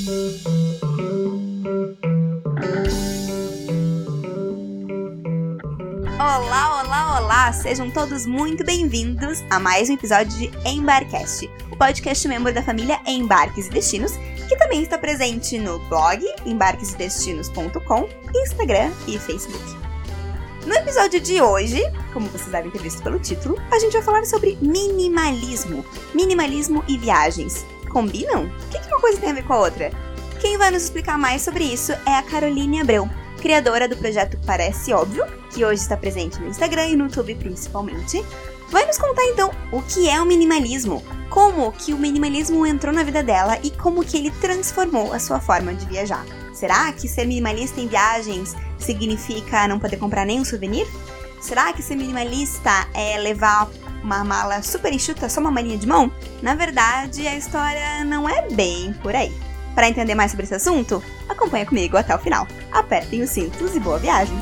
Olá, olá, olá! Sejam todos muito bem-vindos a mais um episódio de Embarcast, o podcast membro da família Embarques e Destinos, que também está presente no blog embarquesedestinos.com, Instagram e Facebook. No episódio de hoje, como vocês devem ter visto pelo título, a gente vai falar sobre minimalismo. Minimalismo e viagens. Combinam? O que uma coisa tem a ver com a outra? Quem vai nos explicar mais sobre isso é a Caroline Abreu, criadora do projeto Parece Óbvio, que hoje está presente no Instagram e no YouTube principalmente. Vai nos contar então o que é o minimalismo, como que o minimalismo entrou na vida dela e como que ele transformou a sua forma de viajar. Será que ser minimalista em viagens significa não poder comprar nenhum souvenir? Será que ser minimalista é levar uma mala super enxuta, só uma malinha de mão? Na verdade, a história não é bem por aí. Para entender mais sobre esse assunto, acompanha comigo até o final. Apertem os cintos e boa viagem!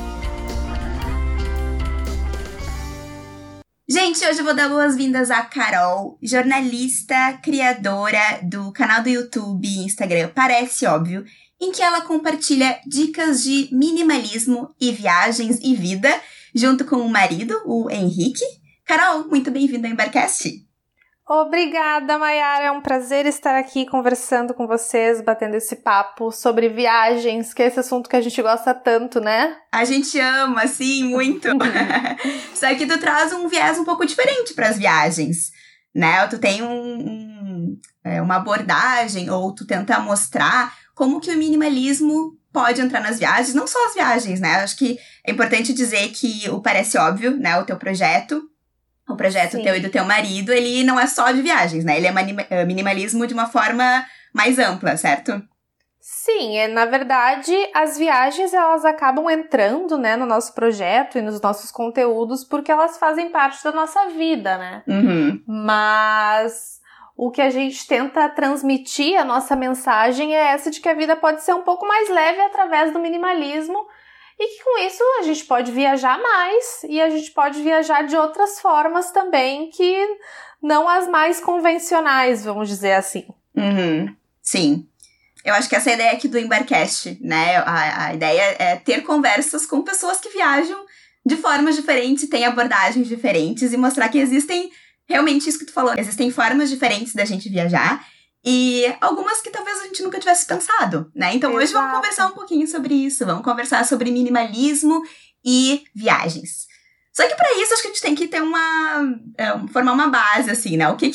Gente, hoje eu vou dar boas-vindas à Carol, jornalista, criadora do canal do YouTube e Instagram Parece Óbvio, em que ela compartilha dicas de minimalismo e viagens e vida, junto com o marido, o Henrique. Carol, muito bem-vinda ao Embarcast. Obrigada, Mayara. É um prazer estar aqui conversando com vocês, batendo esse papo sobre viagens, que é esse assunto que a gente gosta tanto, né? A gente ama, sim, muito. Só que tu traz um viés um pouco diferente para as viagens, né? Tu tem uma abordagem, ou tu tenta mostrar como que o minimalismo pode entrar nas viagens, não só as viagens, né? Acho que é importante dizer que o Parece Óbvio, né? O teu projeto, o projeto Sim. Teu e do teu marido, ele não é só de viagens, né? Ele é minimalismo de uma forma mais ampla, certo? Sim, na verdade, as viagens, elas acabam entrando, né, no nosso projeto e nos nossos conteúdos, porque elas fazem parte da nossa vida, né? Uhum. Mas o que a gente tenta transmitir, a nossa mensagem é essa de que a vida pode ser um pouco mais leve através do minimalismo e que com isso a gente pode viajar mais e a gente pode viajar de outras formas também que não as mais convencionais, vamos dizer assim. Uhum. Sim. Eu acho que essa é a ideia aqui do Embarcast, né? A ideia é ter conversas com pessoas que viajam de formas diferentes, têm abordagens diferentes e mostrar que existem realmente isso que tu falou. Existem formas diferentes da gente viajar e algumas que talvez a gente nunca tivesse pensado, né? Então hoje vamos conversar um pouquinho sobre isso. Vamos conversar sobre minimalismo e viagens. Só que para isso acho que a gente tem que ter formar uma base, assim, né? O que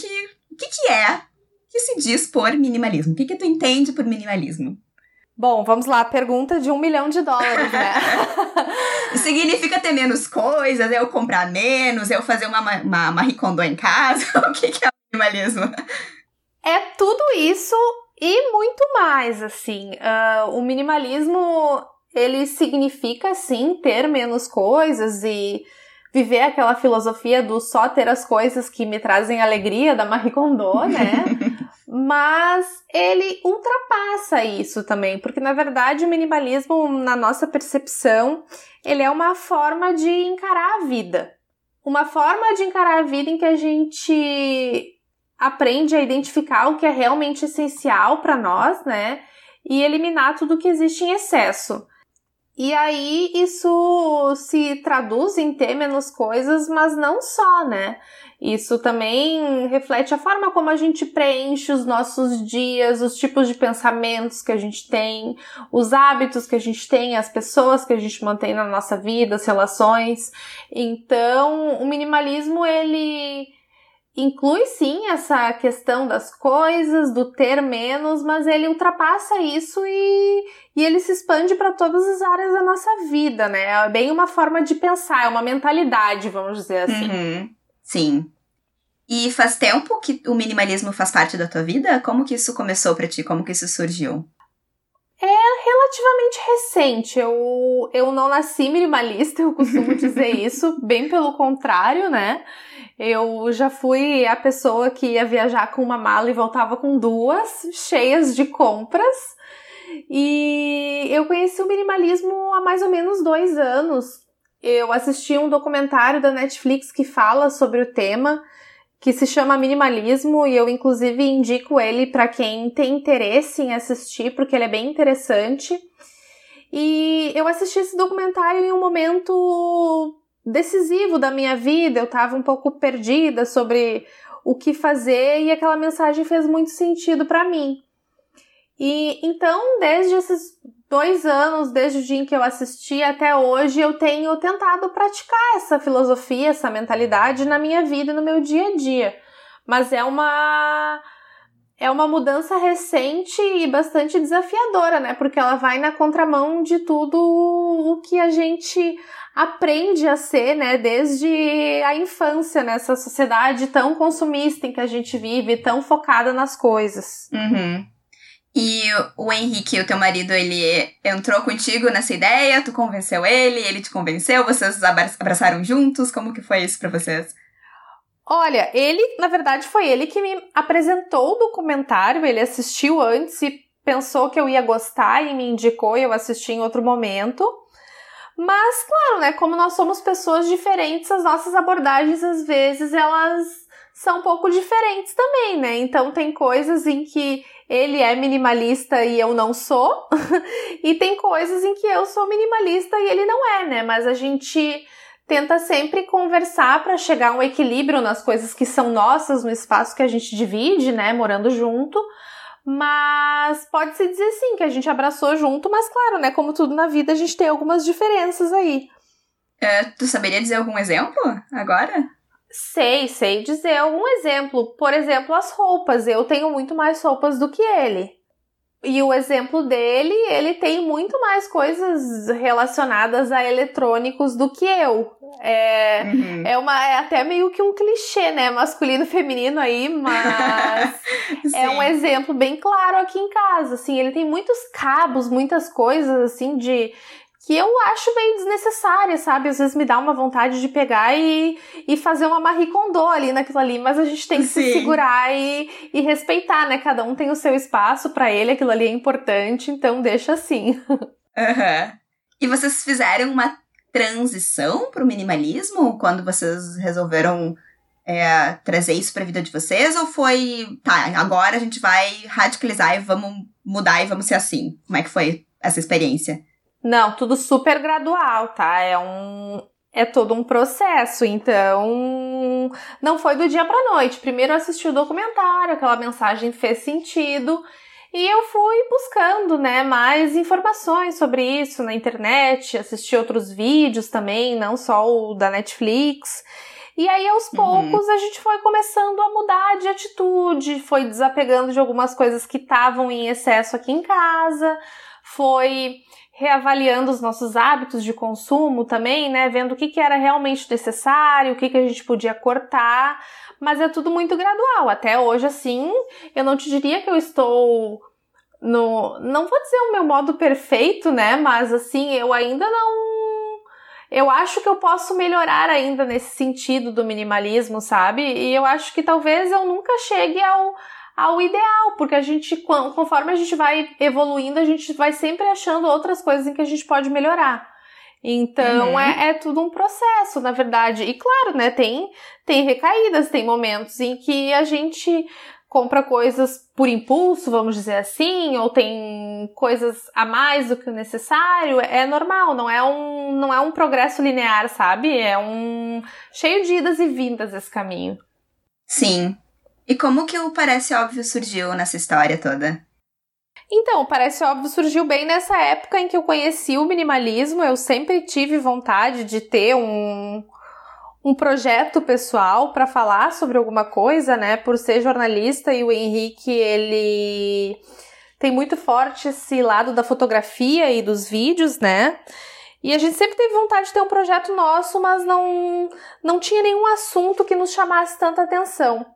se diz por minimalismo? O que tu entende por minimalismo? Bom, vamos lá, pergunta de $1 milhão, né? Significa ter menos coisas, eu comprar menos, eu fazer uma Marie Kondo em casa? O que é o minimalismo? É tudo isso e muito mais, assim. O minimalismo, ele significa, sim, ter menos coisas e viver aquela filosofia do só ter as coisas que me trazem alegria, da Marie Kondo, né? Mas ele ultrapassa isso também, porque na verdade o minimalismo, na nossa percepção, ele é uma forma de encarar a vida. Uma forma de encarar a vida em que a gente aprende a identificar o que é realmente essencial para nós, né? E eliminar tudo que existe em excesso. E aí isso se traduz em ter menos coisas, mas não só, né? Isso também reflete a forma como a gente preenche os nossos dias, os tipos de pensamentos que a gente tem, os hábitos que a gente tem, as pessoas que a gente mantém na nossa vida, as relações. Então, o minimalismo, ele inclui sim essa questão das coisas, do ter menos, mas ele ultrapassa isso e ele se expande para todas as áreas da nossa vida, né? É bem uma forma de pensar, é uma mentalidade, vamos dizer assim. Uhum. Sim. E faz tempo que o minimalismo faz parte da tua vida? Como que isso começou pra ti? Como que isso surgiu? É relativamente recente. Eu não nasci minimalista, eu costumo dizer isso, bem pelo contrário, né? Eu já fui a pessoa que ia viajar com uma mala e voltava com duas, cheias de compras. E eu conheci o minimalismo há mais ou menos 2 anos. Eu assisti um documentário da Netflix que fala sobre o tema que se chama Minimalismo, e eu inclusive indico ele para quem tem interesse em assistir, porque ele é bem interessante. E eu assisti esse documentário em um momento decisivo da minha vida, eu estava um pouco perdida sobre o que fazer e aquela mensagem fez muito sentido para mim. E então, desde esses 2 anos, desde o dia em que eu assisti até hoje, eu tenho tentado praticar essa filosofia, essa mentalidade na minha vida e no meu dia a dia. Mas é uma mudança recente e bastante desafiadora, né? Porque ela vai na contramão de tudo o que a gente aprende a ser, né? Desde a infância, nessa sociedade tão consumista em que a gente vive, tão focada nas coisas. Uhum. E o Henrique, o teu marido, ele entrou contigo nessa ideia? Tu convenceu ele te convenceu? Vocês abraçaram juntos? Como que foi isso pra vocês? Olha, na verdade, foi ele que me apresentou o documentário. Ele assistiu antes e pensou que eu ia gostar e me indicou e eu assisti em outro momento. Mas, claro, né, como nós somos pessoas diferentes, as nossas abordagens, às vezes, elas são um pouco diferentes também, né? Então, tem coisas em que ele é minimalista e eu não sou, e tem coisas em que eu sou minimalista e ele não é, né? Mas a gente tenta sempre conversar para chegar a um equilíbrio nas coisas que são nossas, no espaço que a gente divide, né, morando junto. Mas pode-se dizer sim que a gente abraçou junto, mas claro, né, como tudo na vida, a gente tem algumas diferenças aí. Tu saberia dizer algum exemplo agora? Sei dizer algum exemplo. Por exemplo, as roupas. Eu tenho muito mais roupas do que ele. E o exemplo dele, ele tem muito mais coisas relacionadas a eletrônicos do que eu. É até meio que um clichê, né? Masculino e feminino aí, mas é um exemplo bem claro aqui em casa. Assim, ele tem muitos cabos, muitas coisas, assim, que eu acho meio desnecessária, sabe? Às vezes me dá uma vontade de pegar e fazer uma Marie Kondo ali naquilo ali, mas a gente tem que se segurar e respeitar, né? Cada um tem o seu espaço, pra ele aquilo ali é importante, então deixa assim. Uhum. E vocês fizeram uma transição pro minimalismo quando vocês resolveram trazer isso pra vida de vocês? Ou foi, agora a gente vai radicalizar e vamos mudar e vamos ser assim? Como é que foi essa experiência? Não, tudo super gradual, tá? É todo um processo, então não foi do dia pra noite. Primeiro eu assisti o documentário, aquela mensagem fez sentido e eu fui buscando, né, mais informações sobre isso na internet, assisti outros vídeos também, não só o da Netflix. E aí, aos poucos, a gente foi começando a mudar de atitude, foi desapegando de algumas coisas que estavam em excesso aqui em casa, foi reavaliando os nossos hábitos de consumo também, né? Vendo o que era realmente necessário, o que a gente podia cortar, mas é tudo muito gradual. Até hoje, assim, eu não te diria que eu estou não vou dizer o meu modo perfeito, né? Mas, assim, eu ainda não... Eu acho que eu posso melhorar ainda nesse sentido do minimalismo, sabe? E eu acho que talvez eu nunca chegue ao ideal, porque a gente, conforme a gente vai evoluindo, a gente vai sempre achando outras coisas em que a gente pode melhorar. Então, é tudo um processo, na verdade. E claro, né, tem recaídas, tem momentos em que a gente compra coisas por impulso, vamos dizer assim, ou tem coisas a mais do que o necessário. É normal, não é um progresso linear, sabe? É cheio de idas e vindas esse caminho. Sim. E como que o Parece Óbvio surgiu nessa história toda? Então, o Parece Óbvio surgiu bem nessa época em que eu conheci o minimalismo. Eu sempre tive vontade de ter um projeto pessoal para falar sobre alguma coisa, né? Por ser jornalista, e o Henrique, ele tem muito forte esse lado da fotografia e dos vídeos, né? E a gente sempre teve vontade de ter um projeto nosso, mas não tinha nenhum assunto que nos chamasse tanta atenção.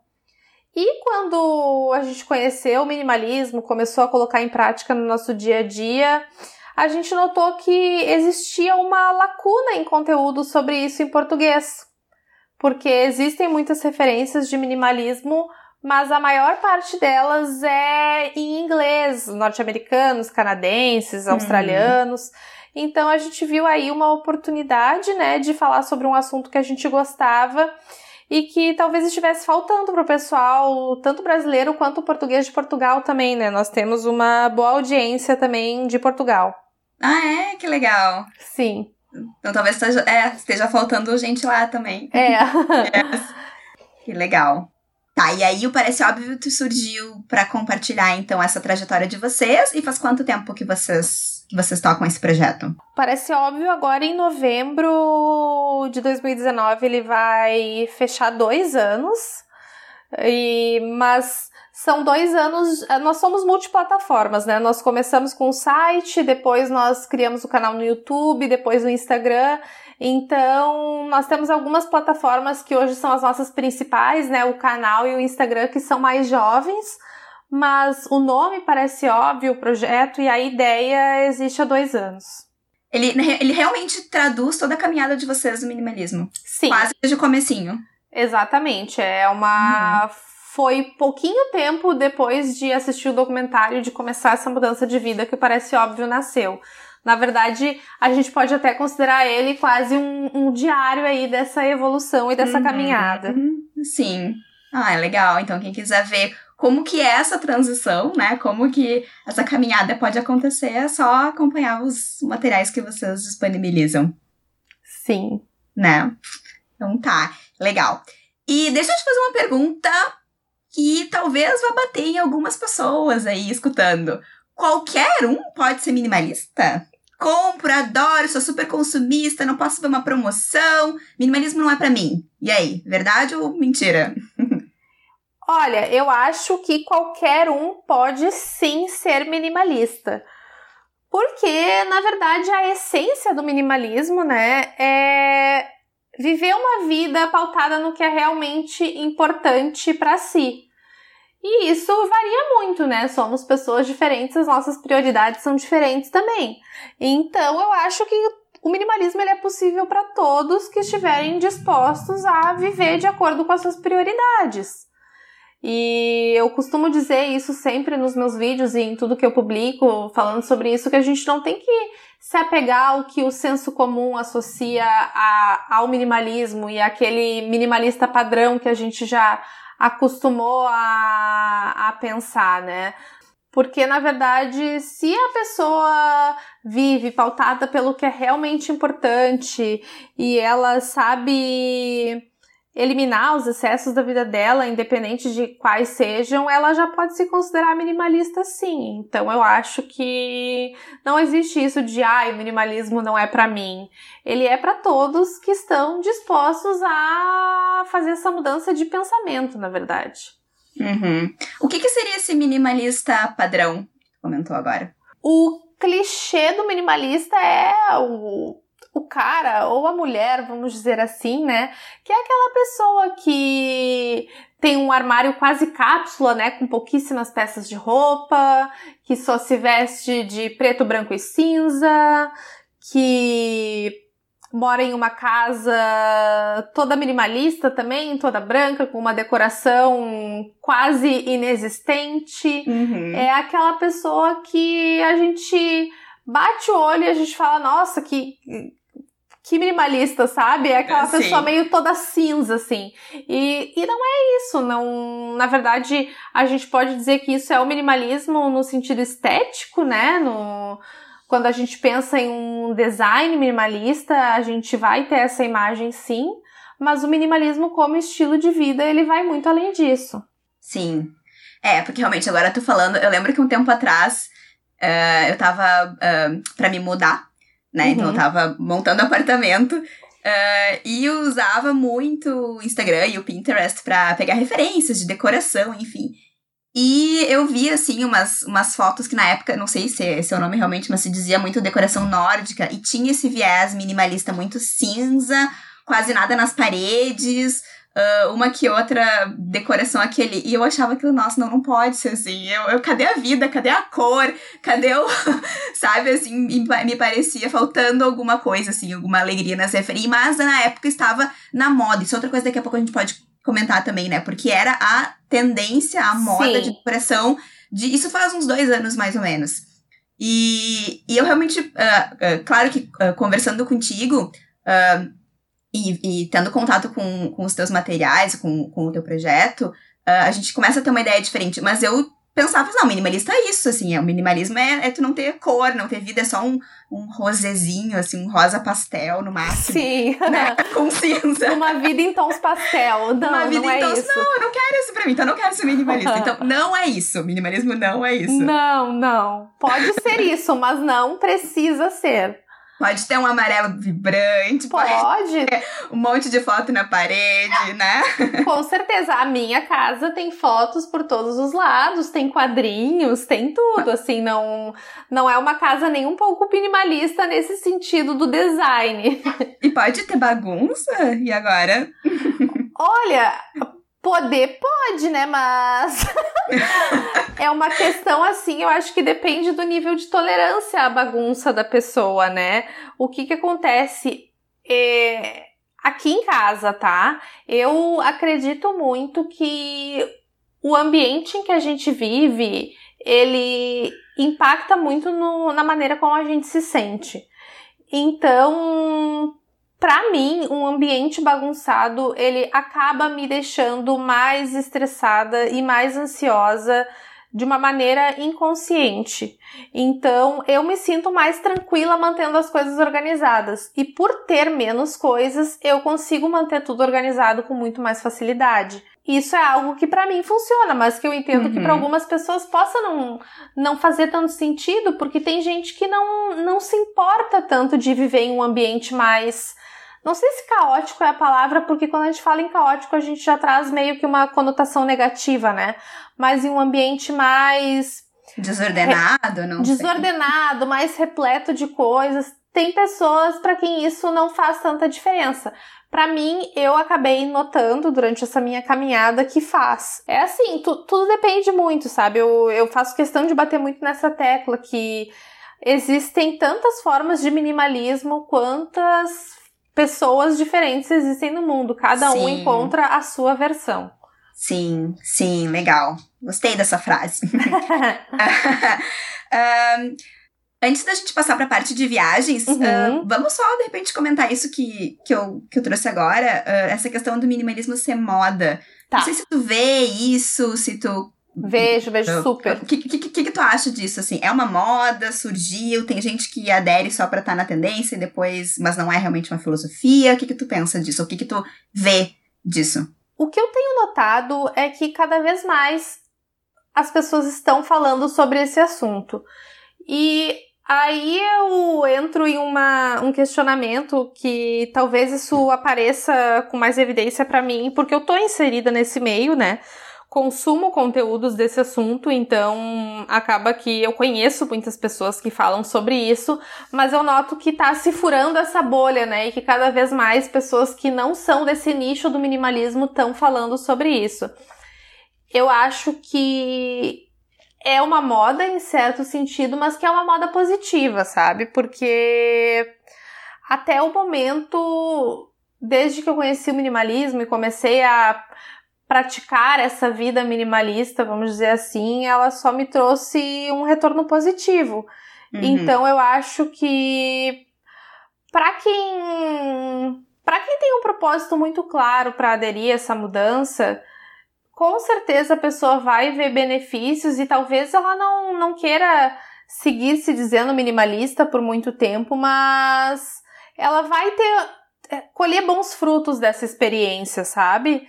E quando a gente conheceu o minimalismo, começou a colocar em prática no nosso dia a dia, a gente notou que existia uma lacuna em conteúdo sobre isso em português. Porque existem muitas referências de minimalismo, mas a maior parte delas é em inglês, norte-americanos, canadenses, australianos. Então a gente viu aí uma oportunidade, né, de falar sobre um assunto que a gente gostava e que talvez estivesse faltando pro pessoal, tanto brasileiro quanto português de Portugal também, né? Nós temos uma boa audiência também de Portugal. Ah, é? Que legal. Sim. Então talvez esteja faltando gente lá também. Que legal. Tá, e aí o Parece Óbvio surgiu pra compartilhar, então, essa trajetória de vocês. E faz quanto tempo que vocês tocam esse projeto? Parece Óbvio, agora em novembro de 2019 ele vai fechar 2 anos. Mas são 2 anos, nós somos multiplataformas, né? Nós começamos com o site, depois nós criamos o canal no YouTube, depois no Instagram. Então, nós temos algumas plataformas que hoje são as nossas principais, né? O canal e o Instagram, que são mais jovens, mas o nome Parece Óbvio, o projeto e a ideia existe há 2 anos. Ele realmente traduz toda a caminhada de vocês no minimalismo. Sim. Quase desde o comecinho. Exatamente, foi pouquinho tempo depois de assistir o documentário, de começar essa mudança de vida, que o Parece Óbvio nasceu. Na verdade, a gente pode até considerar ele quase um diário aí dessa evolução e dessa caminhada. Sim. Ah, é legal. Então, quem quiser ver como que é essa transição, né? Como que essa caminhada pode acontecer, é só acompanhar os materiais que vocês disponibilizam. Sim. Né? Então tá, legal. E deixa eu te fazer uma pergunta que talvez vá bater em algumas pessoas aí escutando. Qualquer um pode ser minimalista? Compro, adoro, sou super consumista, não posso ver uma promoção, minimalismo não é pra mim. E aí, verdade ou mentira? Olha, eu acho que qualquer um pode sim ser minimalista. Porque, na verdade, a essência do minimalismo, né, é viver uma vida pautada no que é realmente importante para si. E isso varia muito, né? Somos pessoas diferentes, as nossas prioridades são diferentes também. Então, eu acho que o minimalismo ele é possível para todos que estiverem dispostos a viver de acordo com as suas prioridades. E eu costumo dizer isso sempre nos meus vídeos e em tudo que eu publico, falando sobre isso, que a gente não tem que se apegar ao que o senso comum associa ao minimalismo e aquele minimalista padrão que a gente já acostumou a pensar, né? Porque, na verdade, se a pessoa vive pautada pelo que é realmente importante e ela sabe eliminar os excessos da vida dela, independente de quais sejam, ela já pode se considerar minimalista sim. Então eu acho que não existe isso de o minimalismo não é pra mim. Ele é pra todos que estão dispostos a fazer essa mudança de pensamento, na verdade. O que seria esse minimalista padrão que tu comentou agora? O clichê do minimalista é o cara ou a mulher, vamos dizer assim, né? Que é aquela pessoa que tem um armário quase cápsula, né? Com pouquíssimas peças de roupa, que só se veste de preto, branco e cinza, que mora em uma casa toda minimalista também, toda branca, com uma decoração quase inexistente. É aquela pessoa que a gente bate o olho e a gente fala, nossa, que minimalista, sabe? É aquela pessoa meio toda cinza, assim. E não é isso, não. Na verdade, a gente pode dizer que isso é o minimalismo no sentido estético, né? Quando a gente pensa em um design minimalista, a gente vai ter essa imagem, sim. Mas o minimalismo como estilo de vida, ele vai muito além disso. Sim. Porque realmente, agora eu tô falando, eu lembro que um tempo atrás, eu tava pra me mudar, né? Então eu tava montando apartamento e eu usava muito o Instagram e o Pinterest pra pegar referências de decoração, enfim. E eu vi, assim, umas fotos que na época, não sei se é o nome realmente, mas se dizia muito decoração nórdica. E tinha esse viés minimalista muito cinza, quase nada nas paredes, uma que outra decoração aquele. E eu achava aquilo, nossa, não pode ser assim. Cadê a vida? Cadê a cor? Cadê o... Sabe, assim, me parecia faltando alguma coisa, assim, alguma alegria nas referências. Mas na época estava na moda. Isso é outra coisa, daqui a pouco a gente pode comentar também, né? Porque era a tendência, a moda de decoração. Isso faz uns 2 anos, mais ou menos. E eu realmente, claro que conversando contigo... e tendo contato com os teus materiais, com o teu projeto, a gente começa a ter uma ideia diferente. Mas eu pensava, não, minimalista é isso, assim, o minimalismo é tu não ter cor, não ter vida, é só um rosezinho, assim, um rosa pastel no máximo. Sim. Né? Com cinza. Uma vida em tons pastel. Não, uma vida não é tons, isso. Não, eu não quero isso pra mim, então eu não quero ser minimalista. Então, não é isso, minimalismo não é isso. Não. Pode ser isso, mas não precisa ser. Pode ter um amarelo vibrante, pode ter um monte de foto na parede, né? Com certeza. A minha casa tem fotos por todos os lados, tem quadrinhos, tem tudo. Assim, não é uma casa nem um pouco minimalista nesse sentido do design. E pode ter bagunça? E agora? Olha, poder pode, né? Mas é uma questão assim, eu acho que depende do nível de tolerância à bagunça da pessoa, né? O que acontece aqui em casa, tá? Eu acredito muito que o ambiente em que a gente vive, ele impacta muito na maneira como a gente se sente. Então, pra mim, um ambiente bagunçado, ele acaba me deixando mais estressada e mais ansiosa de uma maneira inconsciente. Então, eu me sinto mais tranquila mantendo as coisas organizadas. E por ter menos coisas, eu consigo manter tudo organizado com muito mais facilidade. Isso é algo que pra mim funciona, mas que eu entendo que pra algumas pessoas possa não fazer tanto sentido, porque tem gente que não se importa tanto de viver em um ambiente mais... Não sei se caótico é a palavra, porque quando a gente fala em caótico, a gente já traz meio que uma conotação negativa, né? Mas em um ambiente mais... Desordenado, não sei. Desordenado, mais repleto de coisas. Tem pessoas para quem isso não faz tanta diferença. Pra mim, eu acabei notando durante essa minha caminhada que faz. É assim, tudo depende muito, sabe? Eu faço questão de bater muito nessa tecla que existem tantas formas de minimalismo quantas pessoas diferentes existem no mundo. Cada um encontra a sua versão. Sim, legal. Gostei dessa frase. Antes da gente passar para a parte de viagens, vamos só, de repente, comentar isso que eu trouxe agora, essa questão do minimalismo ser moda. Tá. Não sei se tu vê isso, se tu... Vejo super. O que tu acha disso, assim? É uma moda, surgiu, tem gente que adere só pra estar na tendência e depois, mas não é realmente uma filosofia. O que tu pensa disso? O que tu vê disso? O que eu tenho notado é que cada vez mais as pessoas estão falando sobre esse assunto. E aí eu entro em um questionamento que talvez isso apareça com mais evidência pra mim, porque eu tô inserida nesse meio, né? Consumo conteúdos desse assunto, então acaba que eu conheço muitas pessoas que falam sobre isso, mas eu noto que tá se furando essa bolha, né? E que cada vez mais pessoas que não são desse nicho do minimalismo estão falando sobre isso. Eu acho que é uma moda em certo sentido, mas que é uma moda positiva, sabe? Porque até o momento, desde que eu conheci o minimalismo e comecei a praticar essa vida minimalista, vamos dizer assim, ela só me trouxe um retorno positivo. Então eu acho que para quem tem um propósito muito claro para aderir a essa mudança, com certeza a pessoa vai ver benefícios e talvez ela não queira seguir se dizendo minimalista por muito tempo, mas ela vai colher bons frutos dessa experiência, sabe?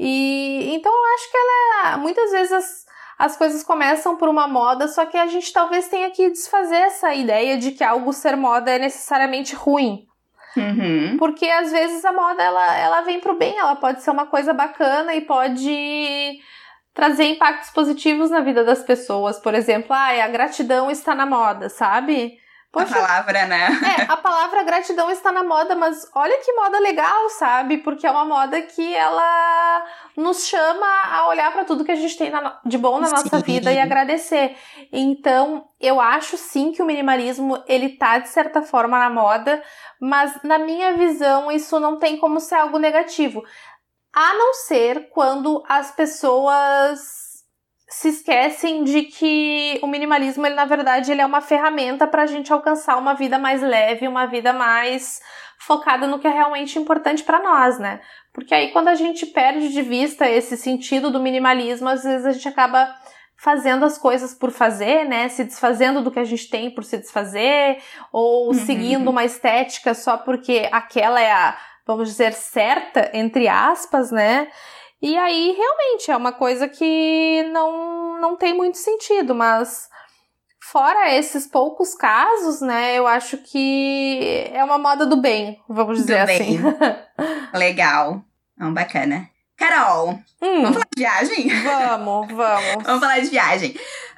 E então eu acho que muitas vezes as coisas começam por uma moda, só que a gente talvez tenha que desfazer essa ideia de que algo ser moda é necessariamente ruim. Porque às vezes a moda ela vem pro bem, ela pode ser uma coisa bacana e pode trazer impactos positivos na vida das pessoas. Por exemplo, a gratidão está na moda, sabe? Poxa, a palavra, né? A palavra gratidão está na moda, mas olha que moda legal, sabe? Porque é uma moda que ela nos chama a olhar para tudo que a gente tem de bom na nossa vida e agradecer. Então, eu acho sim que o minimalismo, ele tá de certa forma na moda, mas na minha visão isso não tem como ser algo negativo. A não ser quando as pessoas se esquecem de que o minimalismo, ele na verdade, ele é uma ferramenta pra gente alcançar uma vida mais leve, uma vida mais focada no que é realmente importante para nós, né? Porque aí quando a gente perde de vista esse sentido do minimalismo, às vezes a gente acaba fazendo as coisas por fazer, né? Se desfazendo do que a gente tem por se desfazer, ou seguindo uma estética só porque aquela é a, vamos dizer, certa, entre aspas, né? E aí, realmente, é uma coisa que não tem muito sentido, mas fora esses poucos casos, né, eu acho que é uma moda do bem, vamos dizer assim. Legal. Bacana. Carol, vamos falar de viagem? Vamos. Vamos falar de viagem.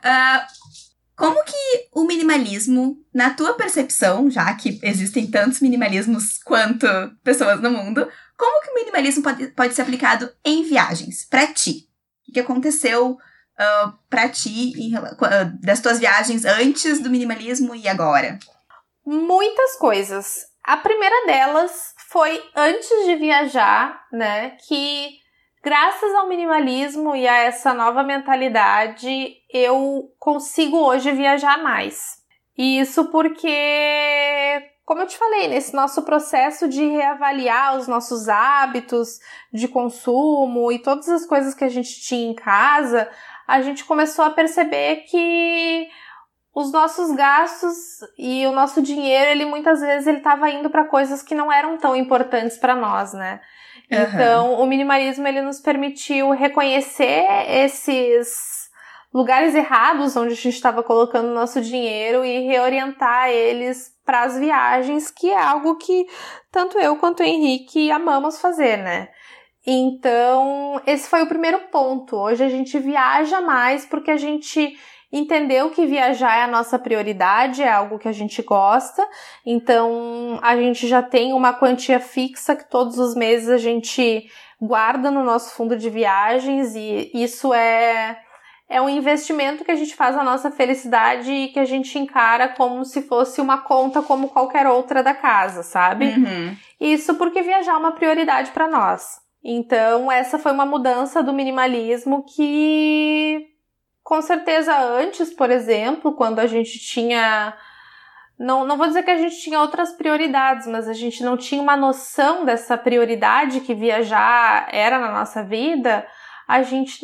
Como que o minimalismo, na tua percepção, já que existem tantos minimalismos quanto pessoas no mundo, como que o minimalismo pode ser aplicado em viagens, pra ti? O que aconteceu pra ti das tuas viagens antes do minimalismo e agora? Muitas coisas. A primeira delas foi antes de viajar, né, que graças ao minimalismo e a essa nova mentalidade, eu consigo hoje viajar mais. E isso porque, como eu te falei, nesse nosso processo de reavaliar os nossos hábitos de consumo e todas as coisas que a gente tinha em casa, a gente começou a perceber que os nossos gastos e o nosso dinheiro, ele muitas vezes ele estava indo para coisas que não eram tão importantes para nós, né? Então, o minimalismo, ele nos permitiu reconhecer esses lugares errados onde a gente estava colocando o nosso dinheiro e reorientar eles para as viagens, que é algo que tanto eu quanto o Henrique amamos fazer, né? Então, esse foi o primeiro ponto. Hoje a gente viaja mais porque a gente entendeu que viajar é a nossa prioridade, é algo que a gente gosta, então a gente já tem uma quantia fixa que todos os meses a gente guarda no nosso fundo de viagens e isso é um investimento que a gente faz na nossa felicidade e que a gente encara como se fosse uma conta como qualquer outra da casa, sabe? Isso porque viajar é uma prioridade para nós. Então essa foi uma mudança do minimalismo que com certeza antes, por exemplo, quando a gente tinha... Não vou dizer que a gente tinha outras prioridades, mas a gente não tinha uma noção dessa prioridade que viajar era na nossa vida, a gente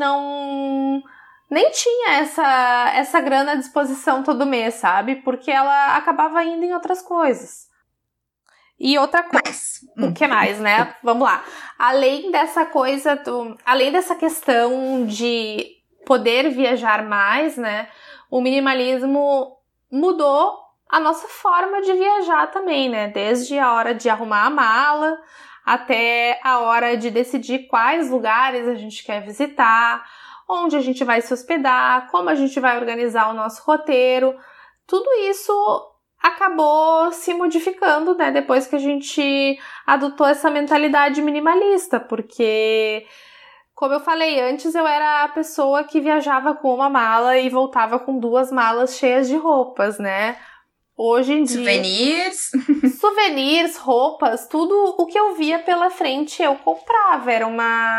nem tinha essa grana à disposição todo mês, sabe? Porque ela acabava indo em outras coisas. E outra coisa, o que mais, né? Vamos lá. Além dessa questão de poder viajar mais, né? O minimalismo mudou a nossa forma de viajar também, né? Desde a hora de arrumar a mala até a hora de decidir quais lugares a gente quer visitar, onde a gente vai se hospedar, como a gente vai organizar o nosso roteiro. Tudo isso acabou se modificando, né? Depois que a gente adotou essa mentalidade minimalista, porque... Como eu falei antes, eu era a pessoa que viajava com uma mala e voltava com 2 malas cheias de roupas, né? Hoje em dia... Souvenirs, roupas, tudo o que eu via pela frente eu comprava. Era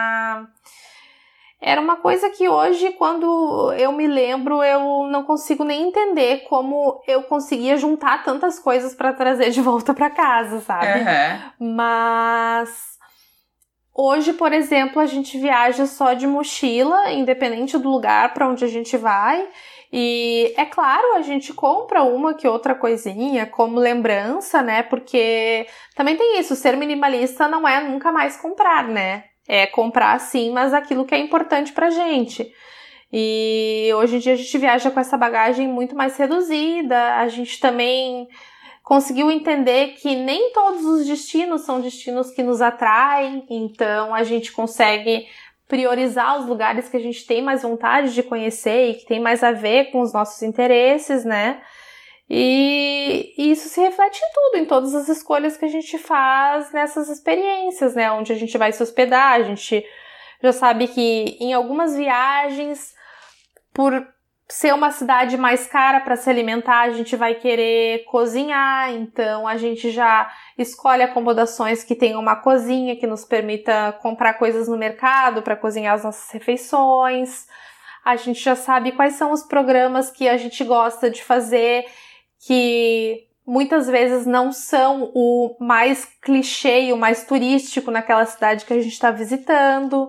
uma coisa que hoje, quando eu me lembro, eu não consigo nem entender como eu conseguia juntar tantas coisas para trazer de volta para casa, sabe? Mas... Hoje, por exemplo, a gente viaja só de mochila, independente do lugar para onde a gente vai. E, é claro, a gente compra uma que outra coisinha como lembrança, né? Porque também tem isso, ser minimalista não é nunca mais comprar, né? É comprar sim, mas aquilo que é importante pra gente. E hoje em dia a gente viaja com essa bagagem muito mais reduzida, a gente também... conseguiu entender que nem todos os destinos são destinos que nos atraem, então a gente consegue priorizar os lugares que a gente tem mais vontade de conhecer e que tem mais a ver com os nossos interesses, né? E isso se reflete em tudo, em todas as escolhas que a gente faz nessas experiências, né? Onde a gente vai se hospedar, a gente já sabe que em algumas viagens, por ser uma cidade mais cara para se alimentar, a gente vai querer cozinhar, então a gente já escolhe acomodações que tenham uma cozinha que nos permita comprar coisas no mercado para cozinhar as nossas refeições. A gente já sabe quais são os programas que a gente gosta de fazer, que muitas vezes não são o mais clichê e o mais turístico naquela cidade que a gente está visitando.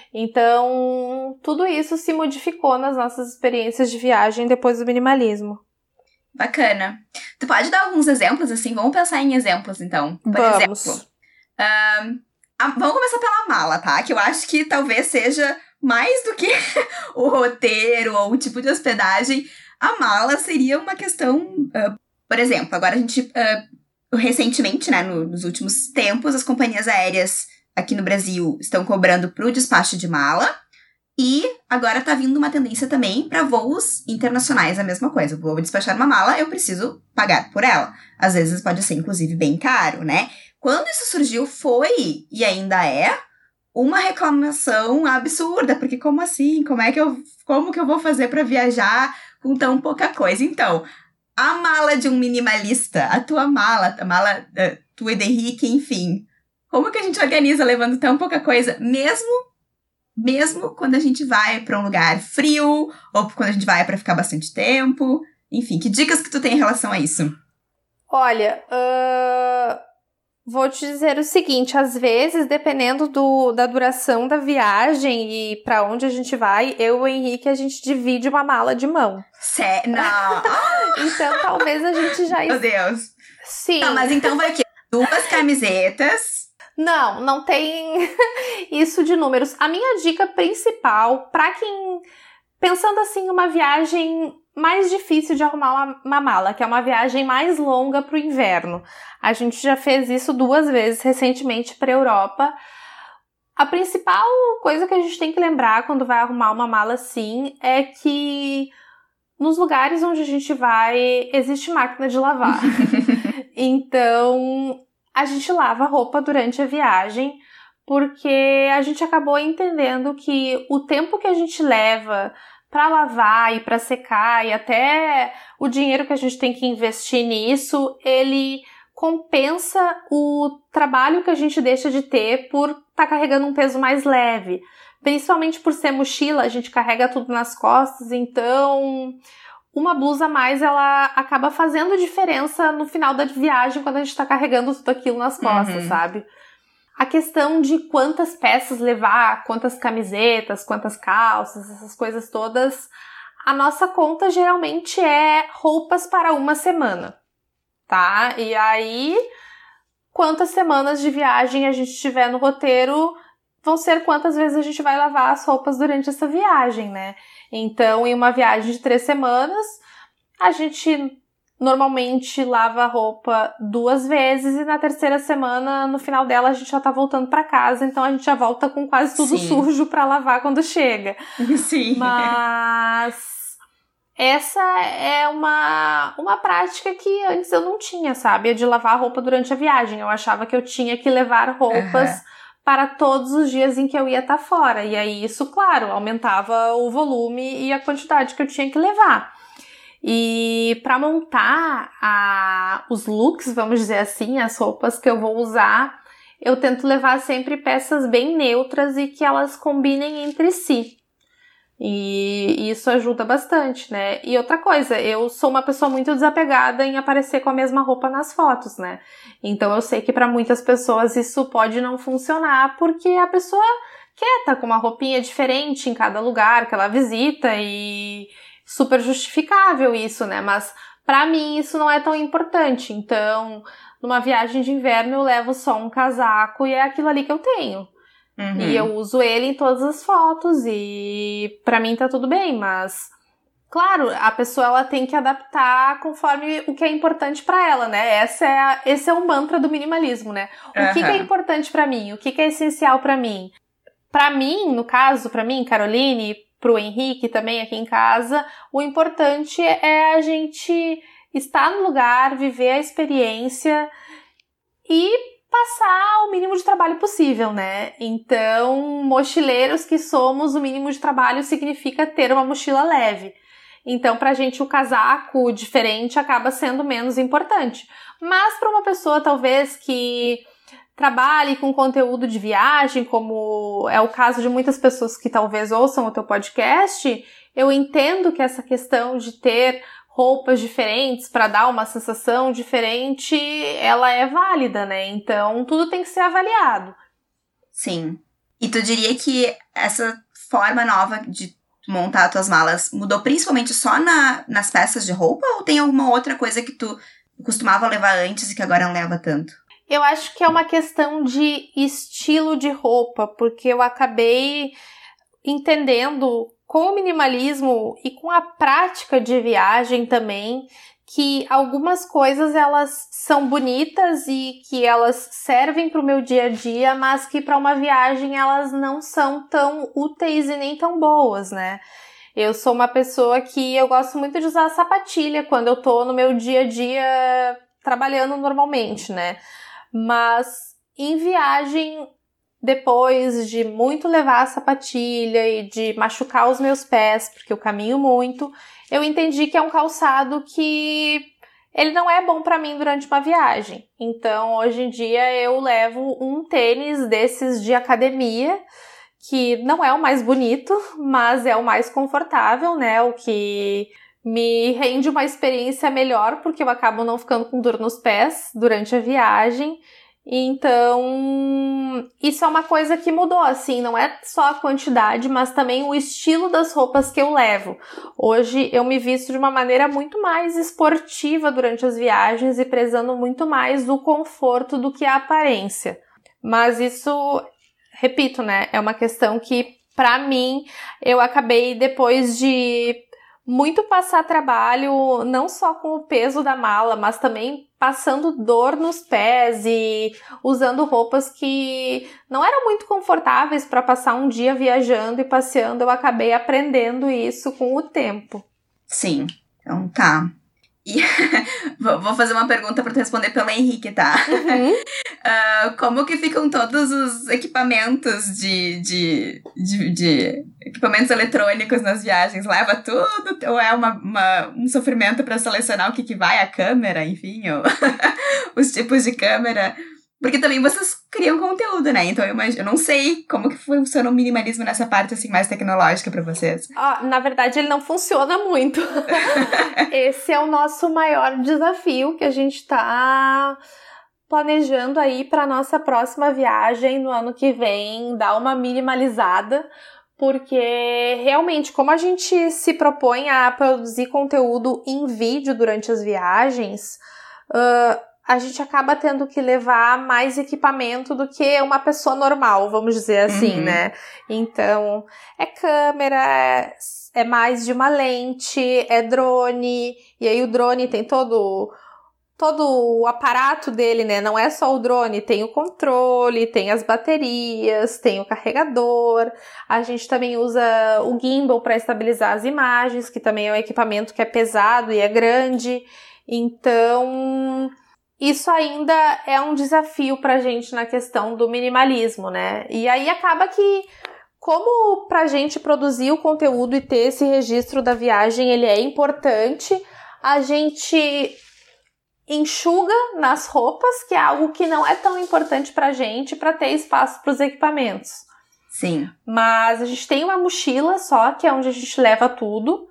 Então, tudo isso se modificou nas nossas experiências de viagem depois do minimalismo. Bacana. Tu pode dar alguns exemplos, assim? Vamos pensar em exemplos, então. Por exemplo, vamos começar pela mala, tá? Que eu acho que talvez seja mais do que o roteiro ou o tipo de hospedagem. A mala seria uma questão... por exemplo, agora a gente... recentemente, né, nos últimos tempos, as companhias aéreas aqui no Brasil estão cobrando pro despacho de mala. E agora tá vindo uma tendência também para voos internacionais, a mesma coisa. Vou despachar uma mala, eu preciso pagar por ela. Às vezes pode ser, inclusive, bem caro, né? Quando isso surgiu, foi, e ainda é, uma reclamação absurda. Porque como assim? Como que eu vou fazer para viajar com tão pouca coisa? Então, a mala de um minimalista, a tua mala, tua e de Henrique, enfim. Como que a gente organiza levando tão pouca coisa, mesmo quando a gente vai para um lugar frio, ou quando a gente vai para ficar bastante tempo. Enfim, que dicas que tu tem em relação a isso? Olha, vou te dizer o seguinte, às vezes, dependendo da duração da viagem e para onde a gente vai, eu e o Henrique, a gente divide uma mala de mão. Sério? Não! Então, talvez a gente já... Meu Deus! Sim. Tá, mas então vai o quê? 2 camisetas... Não tem isso de números. A minha dica principal, para quem, pensando assim, uma viagem mais difícil de arrumar uma mala, que é uma viagem mais longa para o inverno. A gente já fez isso 2 vezes recentemente para a Europa. A principal coisa que a gente tem que lembrar quando vai arrumar uma mala assim é que nos lugares onde a gente vai, existe máquina de lavar. Então... a gente lava roupa durante a viagem, porque a gente acabou entendendo que o tempo que a gente leva para lavar e para secar e até o dinheiro que a gente tem que investir nisso, ele compensa o trabalho que a gente deixa de ter por estar carregando um peso mais leve. Principalmente por ser mochila, a gente carrega tudo nas costas, então... uma blusa a mais, ela acaba fazendo diferença no final da viagem quando a gente tá carregando tudo aquilo nas costas, sabe? A questão de quantas peças levar, quantas camisetas, quantas calças, essas coisas todas, a nossa conta geralmente é roupas para uma semana, tá? E aí, quantas semanas de viagem a gente tiver no roteiro, vão ser quantas vezes a gente vai lavar as roupas durante essa viagem, né? Então, em uma viagem de 3 semanas, a gente normalmente lava a roupa 2 vezes e na 3ª semana, no final dela, a gente já tá voltando pra casa, então a gente já volta com quase tudo sujo pra lavar quando chega. Sim. Mas essa é uma prática que antes eu não tinha, sabe? De lavar a roupa durante a viagem. Eu achava que eu tinha que levar roupas para todos os dias em que eu ia estar fora. E aí isso, claro, aumentava o volume e a quantidade que eu tinha que levar. E para montar os looks, vamos dizer assim, as roupas que eu vou usar, eu tento levar sempre peças bem neutras e que elas combinem entre si. E isso ajuda bastante, né? E outra coisa, eu sou uma pessoa muito desapegada em aparecer com a mesma roupa nas fotos, né? Então eu sei que para muitas pessoas isso pode não funcionar porque a pessoa quer estar com uma roupinha diferente em cada lugar que ela visita e super justificável isso, né? Mas para mim isso não é tão importante. Então, numa viagem de inverno eu levo só um casaco e é aquilo ali que eu tenho. E eu uso ele em todas as fotos e pra mim tá tudo bem, mas claro, a pessoa ela tem que adaptar conforme o que é importante pra ela, né? Esse é o mantra do minimalismo, né? O que é importante pra mim? O que é essencial pra mim? Pra mim, no caso, pra mim, Caroline, pro Henrique também aqui em casa, o importante é a gente estar no lugar, viver a experiência e passar o mínimo de trabalho possível, né? Então, mochileiros que somos, o mínimo de trabalho significa ter uma mochila leve. Então, pra gente, o casaco diferente acaba sendo menos importante. Mas para uma pessoa, talvez, que trabalhe com conteúdo de viagem, como é o caso de muitas pessoas que talvez ouçam o teu podcast, eu entendo que essa questão de ter roupas diferentes para dar uma sensação diferente, ela é válida, né? Então, tudo tem que ser avaliado. Sim. E tu diria que essa forma nova de montar as tuas malas mudou principalmente só nas peças de roupa? Ou tem alguma outra coisa que tu costumava levar antes e que agora não leva tanto? Eu acho que é uma questão de estilo de roupa, porque eu acabei entendendo com o minimalismo e com a prática de viagem também, que algumas coisas elas são bonitas e que elas servem para o meu dia a dia, mas que para uma viagem elas não são tão úteis e nem tão boas, né? Eu sou uma pessoa que eu gosto muito de usar sapatilha quando eu tô no meu dia a dia trabalhando normalmente, né? Mas em viagem, depois de muito levar a sapatilha e de machucar os meus pés, porque eu caminho muito, eu entendi que é um calçado que ele não é bom para mim durante uma viagem. Então, hoje em dia, eu levo um tênis desses de academia, que não é o mais bonito, mas é o mais confortável, né? O que me rende uma experiência melhor, porque eu acabo não ficando com dor nos pés durante a viagem. Então, isso é uma coisa que mudou, assim, não é só a quantidade, mas também o estilo das roupas que eu levo. Hoje eu me visto de uma maneira muito mais esportiva durante as viagens e prezando muito mais o conforto do que a aparência. Mas isso, repito, né, é uma questão que, pra mim, eu acabei depois de muito passar trabalho, não só com o peso da mala, mas também passando dor nos pés e usando roupas que não eram muito confortáveis para passar um dia viajando e passeando. Eu acabei aprendendo isso com o tempo. Sim, então tá. E vou fazer uma pergunta para tu responder pelo Henrique, tá? Uhum. Como que ficam todos os equipamentos de equipamentos eletrônicos nas viagens? Leva tudo? Ou é um sofrimento para selecionar o que vai? A câmera, enfim, ou os tipos de câmera? Porque também vocês criam conteúdo, né? Então eu não sei como que funciona o minimalismo nessa parte assim mais tecnológica pra vocês. Na verdade, ele não funciona muito. Esse é o nosso maior desafio que a gente tá planejando aí para nossa próxima viagem no ano que vem, dar uma minimalizada, porque realmente, como a gente se propõe a produzir conteúdo em vídeo durante as viagens, a gente acaba tendo que levar mais equipamento do que uma pessoa normal, vamos dizer assim, né? Então, é câmera, é mais de uma lente, é drone, e aí o drone tem todo o aparato dele, né? Não é só o drone, tem o controle, tem as baterias, tem o carregador. A gente também usa o gimbal para estabilizar as imagens, que também é um equipamento que é pesado e é grande. Então, isso ainda é um desafio pra gente na questão do minimalismo, né? E aí acaba que, como pra gente produzir o conteúdo e ter esse registro da viagem, ele é importante, a gente enxuga nas roupas, que é algo que não é tão importante pra gente, pra ter espaço pros equipamentos. Sim. Mas a gente tem uma mochila só, que é onde a gente leva tudo,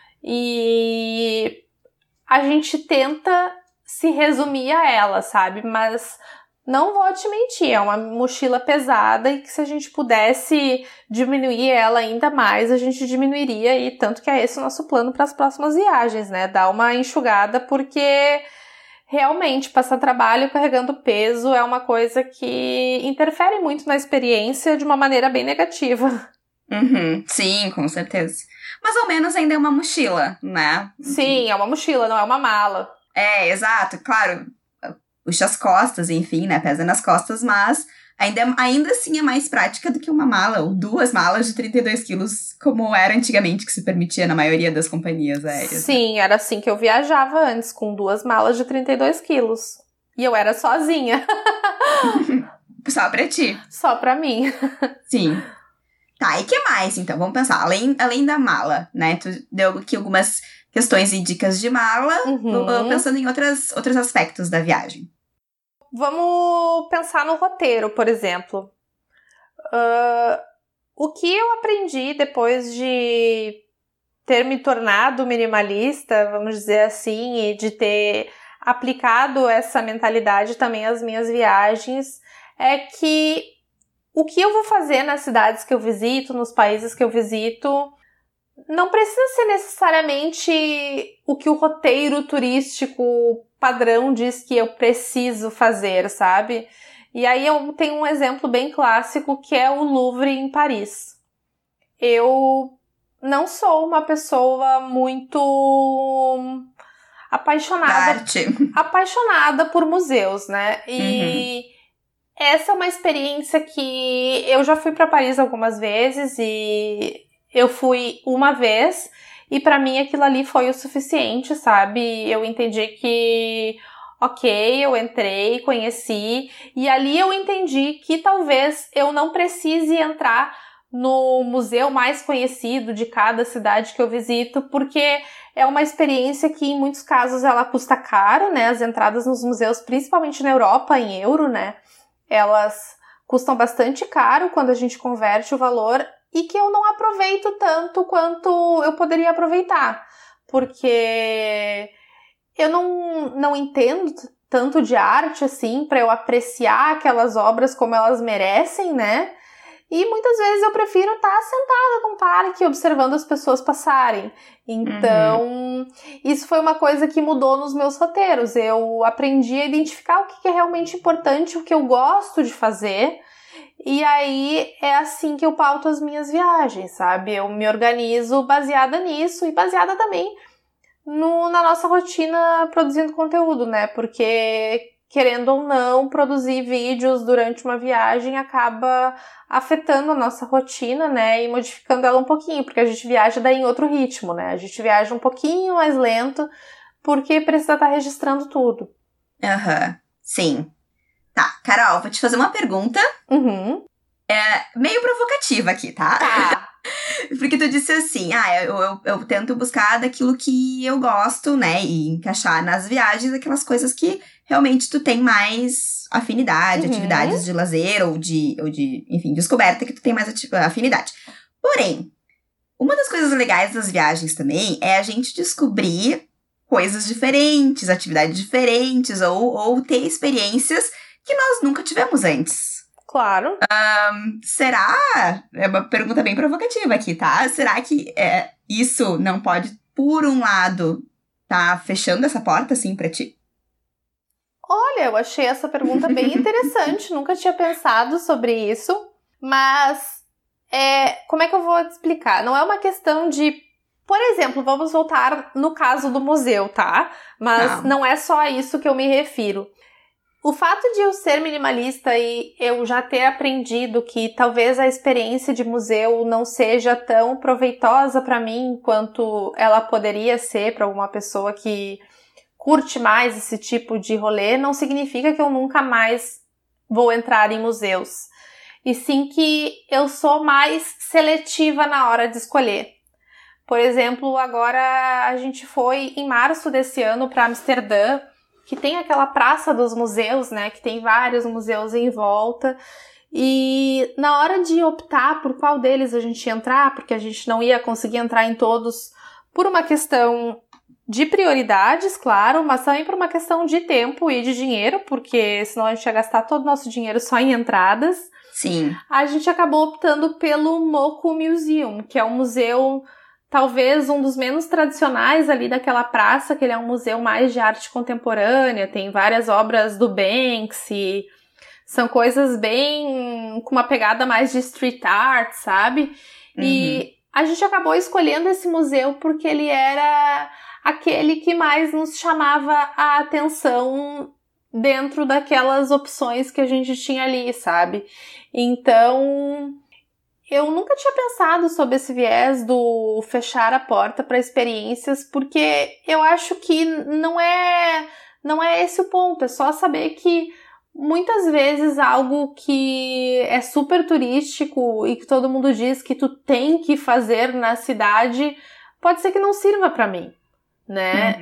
e a gente tenta se resumir a ela, sabe? Mas não vou te mentir, é uma mochila pesada e que se a gente pudesse diminuir ela ainda mais, a gente diminuiria, e tanto que é esse o nosso plano para as próximas viagens, né? Dar uma enxugada, porque realmente passar trabalho carregando peso é uma coisa que interfere muito na experiência de uma maneira bem negativa. Uhum, sim, com certeza. Mas ao menos ainda é uma mochila, né? Sim, é uma mochila, não é uma mala. É, exato, claro, puxa as costas, enfim, né, pesa nas costas, mas ainda assim é mais prática do que uma mala, ou 2 malas de 32 quilos, como era antigamente, que se permitia na maioria das companhias aéreas. Sim, era assim que eu viajava antes, com 2 malas de 32 quilos. E eu era sozinha. Só pra ti. Só pra mim. Sim. Tá, e que mais, então? Vamos pensar, além da mala, né, tu deu aqui algumas questões e dicas de mala, pensando em outros aspectos da viagem. Vamos pensar no roteiro, por exemplo. O que eu aprendi depois de ter me tornado minimalista, vamos dizer assim, e de ter aplicado essa mentalidade também às minhas viagens, é que o que eu vou fazer nas cidades que eu visito, nos países que eu visito, não precisa ser necessariamente o que o roteiro turístico padrão diz que eu preciso fazer, sabe? E aí eu tenho um exemplo bem clássico, que é o Louvre em Paris. Eu não sou uma pessoa muito apaixonada por museus, né? E essa é uma experiência que eu já fui para Paris algumas vezes e eu fui uma vez e para mim aquilo ali foi o suficiente, sabe? Eu entendi que, ok, eu entrei, conheci e ali eu entendi que talvez eu não precise entrar no museu mais conhecido de cada cidade que eu visito, porque é uma experiência que em muitos casos ela custa caro, né? As entradas nos museus, principalmente na Europa, em euro, né? Elas custam bastante caro quando a gente converte o valor e que eu não aproveito tanto quanto eu poderia aproveitar, porque eu não entendo tanto de arte assim para eu apreciar aquelas obras como elas merecem, né? E muitas vezes eu prefiro estar sentada num parque observando as pessoas passarem. Então, isso foi uma coisa que mudou nos meus roteiros. Eu aprendi a identificar o que é realmente importante, o que eu gosto de fazer. E aí é assim que eu pauto as minhas viagens, sabe? Eu me organizo baseada nisso e baseada também na nossa rotina produzindo conteúdo, né? Porque, querendo ou não, produzir vídeos durante uma viagem acaba afetando a nossa rotina, né, e modificando ela um pouquinho, porque a gente viaja daí em outro ritmo, né, a gente viaja um pouquinho mais lento, porque precisa estar registrando tudo. Sim. Tá, Carol, vou te fazer uma pergunta, meio provocativa aqui, tá? Tá. Porque tu disse assim, eu tento buscar daquilo que eu gosto, né, e encaixar nas viagens aquelas coisas que realmente tu tem mais afinidade, atividades de lazer ou de, enfim, descoberta que tu tem mais afinidade. Porém, uma das coisas legais das viagens também é a gente descobrir coisas diferentes, atividades diferentes ou ter experiências que nós nunca tivemos antes. Claro. Será? É uma pergunta bem provocativa aqui, tá? Será que isso não pode, por um lado, tá fechando essa porta, assim, pra ti? Olha, eu achei essa pergunta bem interessante, nunca tinha pensado sobre isso, mas como é que eu vou te explicar? Não é uma questão de, por exemplo, vamos voltar no caso do museu, tá? Mas não é só a isso que eu me refiro. O fato de eu ser minimalista e eu já ter aprendido que talvez a experiência de museu não seja tão proveitosa para mim quanto ela poderia ser para alguma pessoa que curte mais esse tipo de rolê, não significa que eu nunca mais vou entrar em museus. E sim que eu sou mais seletiva na hora de escolher. Por exemplo, agora a gente foi em março desse ano para Amsterdã, que tem aquela praça dos museus, né, que tem vários museus em volta. E na hora de optar por qual deles a gente ia entrar, porque a gente não ia conseguir entrar em todos por uma questão de prioridades, claro, mas também por uma questão de tempo e de dinheiro, porque senão a gente ia gastar todo o nosso dinheiro só em entradas. Sim. A gente acabou optando pelo Moco Museum, que é um museu, talvez um dos menos tradicionais ali daquela praça, que ele é um museu mais de arte contemporânea, tem várias obras do Banksy, são coisas bem com uma pegada mais de street art, sabe? E a gente acabou escolhendo esse museu porque ele era aquele que mais nos chamava a atenção dentro daquelas opções que a gente tinha ali, sabe? Então, eu nunca tinha pensado sobre esse viés do fechar a porta para experiências, porque eu acho que não é esse o ponto, é só saber que muitas vezes algo que é super turístico e que todo mundo diz que tu tem que fazer na cidade, pode ser que não sirva para mim, né?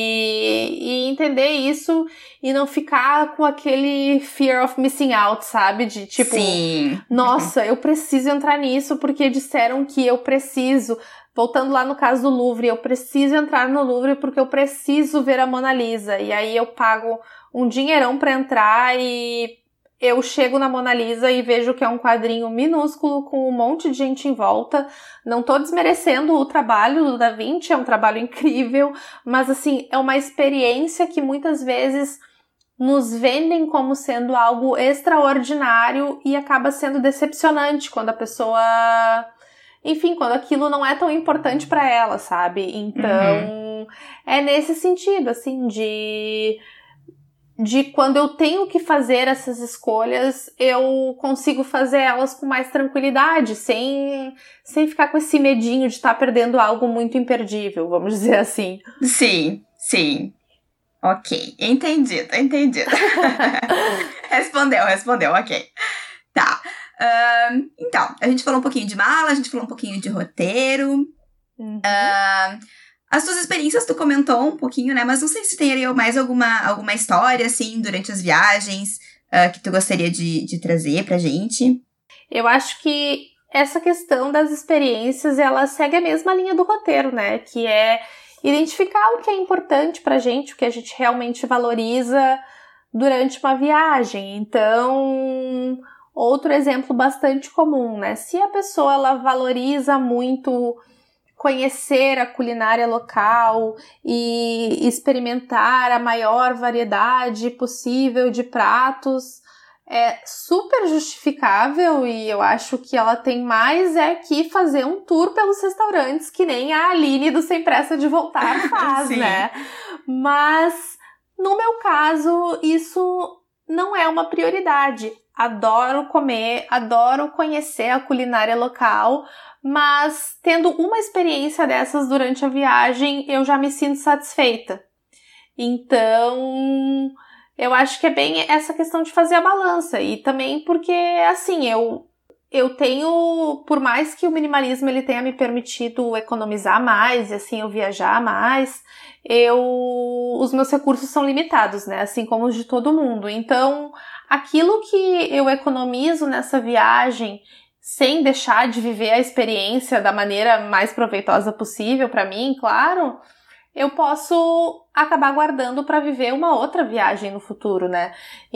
E entender isso e não ficar com aquele fear of missing out, sabe? De tipo, Sim. Nossa, eu preciso entrar nisso porque disseram que eu preciso. voltando lá no caso do Louvre, eu preciso entrar no Louvre porque eu preciso ver a Mona Lisa. E aí eu pago um dinheirão pra entrar e eu chego na Mona Lisa e vejo que é um quadrinho minúsculo com um monte de gente em volta. Não tô desmerecendo o trabalho do Da Vinci, é um trabalho incrível, mas assim, é uma experiência que muitas vezes nos vendem como sendo algo extraordinário e acaba sendo decepcionante quando a pessoa... Enfim, quando aquilo não é tão importante pra ela, sabe? Então, é nesse sentido, assim, de quando eu tenho que fazer essas escolhas, eu consigo fazer elas com mais tranquilidade, sem ficar com esse medinho de estar perdendo algo muito imperdível, vamos dizer assim. Sim, sim. Ok, entendido. Respondeu, ok. Tá. Então, a gente falou um pouquinho de mala, a gente falou um pouquinho de roteiro. As tuas experiências tu comentou um pouquinho, né? Mas não sei se tem aí mais alguma história, assim, durante as viagens que tu gostaria de trazer pra gente. Eu acho que essa questão das experiências, ela segue a mesma linha do roteiro, né? Que é identificar o que é importante pra gente, o que a gente realmente valoriza durante uma viagem. Então, outro exemplo bastante comum, né? Se a pessoa ela valoriza muito conhecer a culinária local e experimentar a maior variedade possível de pratos, é super justificável e eu acho que ela tem mais que fazer um tour pelos restaurantes que nem a Aline do Sem Pressa de Voltar faz, né? Mas, no meu caso, isso não é uma prioridade. Adoro comer, adoro conhecer a culinária local, mas tendo uma experiência dessas durante a viagem, eu já me sinto satisfeita. Então, eu acho que é bem essa questão de fazer a balança. E também porque, assim, eu tenho, por mais que o minimalismo ele tenha me permitido economizar mais e assim eu viajar mais, os meus recursos são limitados, né? Assim como os de todo mundo. Então, aquilo que eu economizo nessa viagem, sem deixar de viver a experiência da maneira mais proveitosa possível para mim, claro, eu posso acabar guardando para viver uma outra viagem no futuro, né?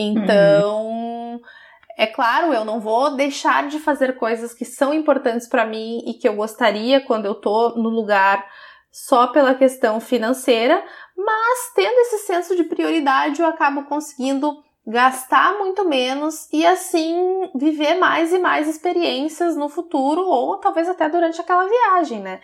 Então, é claro, eu não vou deixar de fazer coisas que são importantes para mim e que eu gostaria quando eu tô no lugar só pela questão financeira, mas tendo esse senso de prioridade eu acabo conseguindo gastar muito menos e assim viver mais e mais experiências no futuro ou talvez até durante aquela viagem, né?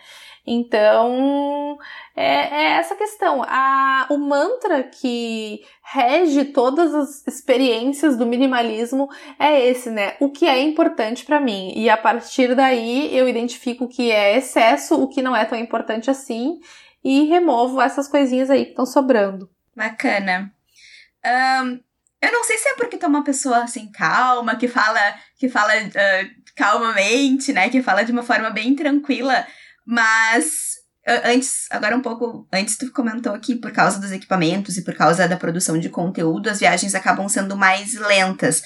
Então, é essa questão. O mantra que rege todas as experiências do minimalismo é esse, né? O que é importante pra mim. E a partir daí eu identifico o que é excesso, o que não é tão importante assim e removo essas coisinhas aí que estão sobrando. Bacana. Eu não sei se é porque tu é uma pessoa, assim, calma, que fala calmamente, né? Que fala de uma forma bem tranquila. Mas, agora um pouco antes tu comentou que por causa dos equipamentos e por causa da produção de conteúdo, as viagens acabam sendo mais lentas.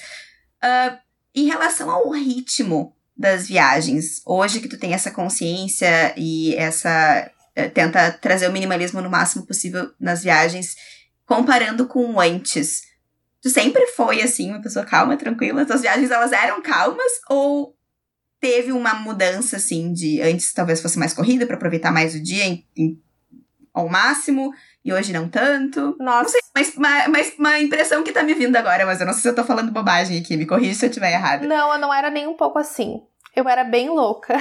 Em relação ao ritmo das viagens, hoje que tu tem essa consciência e tenta trazer o minimalismo no máximo possível nas viagens, comparando com o antes, tu sempre foi, assim, uma pessoa calma, tranquila? As tuas viagens, elas eram calmas ou teve uma mudança, assim, de antes talvez fosse mais corrida pra aproveitar mais o dia ao máximo, e hoje não tanto? Nossa. Não sei, mas uma impressão que tá me vindo agora, mas eu não sei se eu tô falando bobagem aqui, me corrija se eu estiver errada. Não, eu não era nem um pouco assim. Eu era bem louca.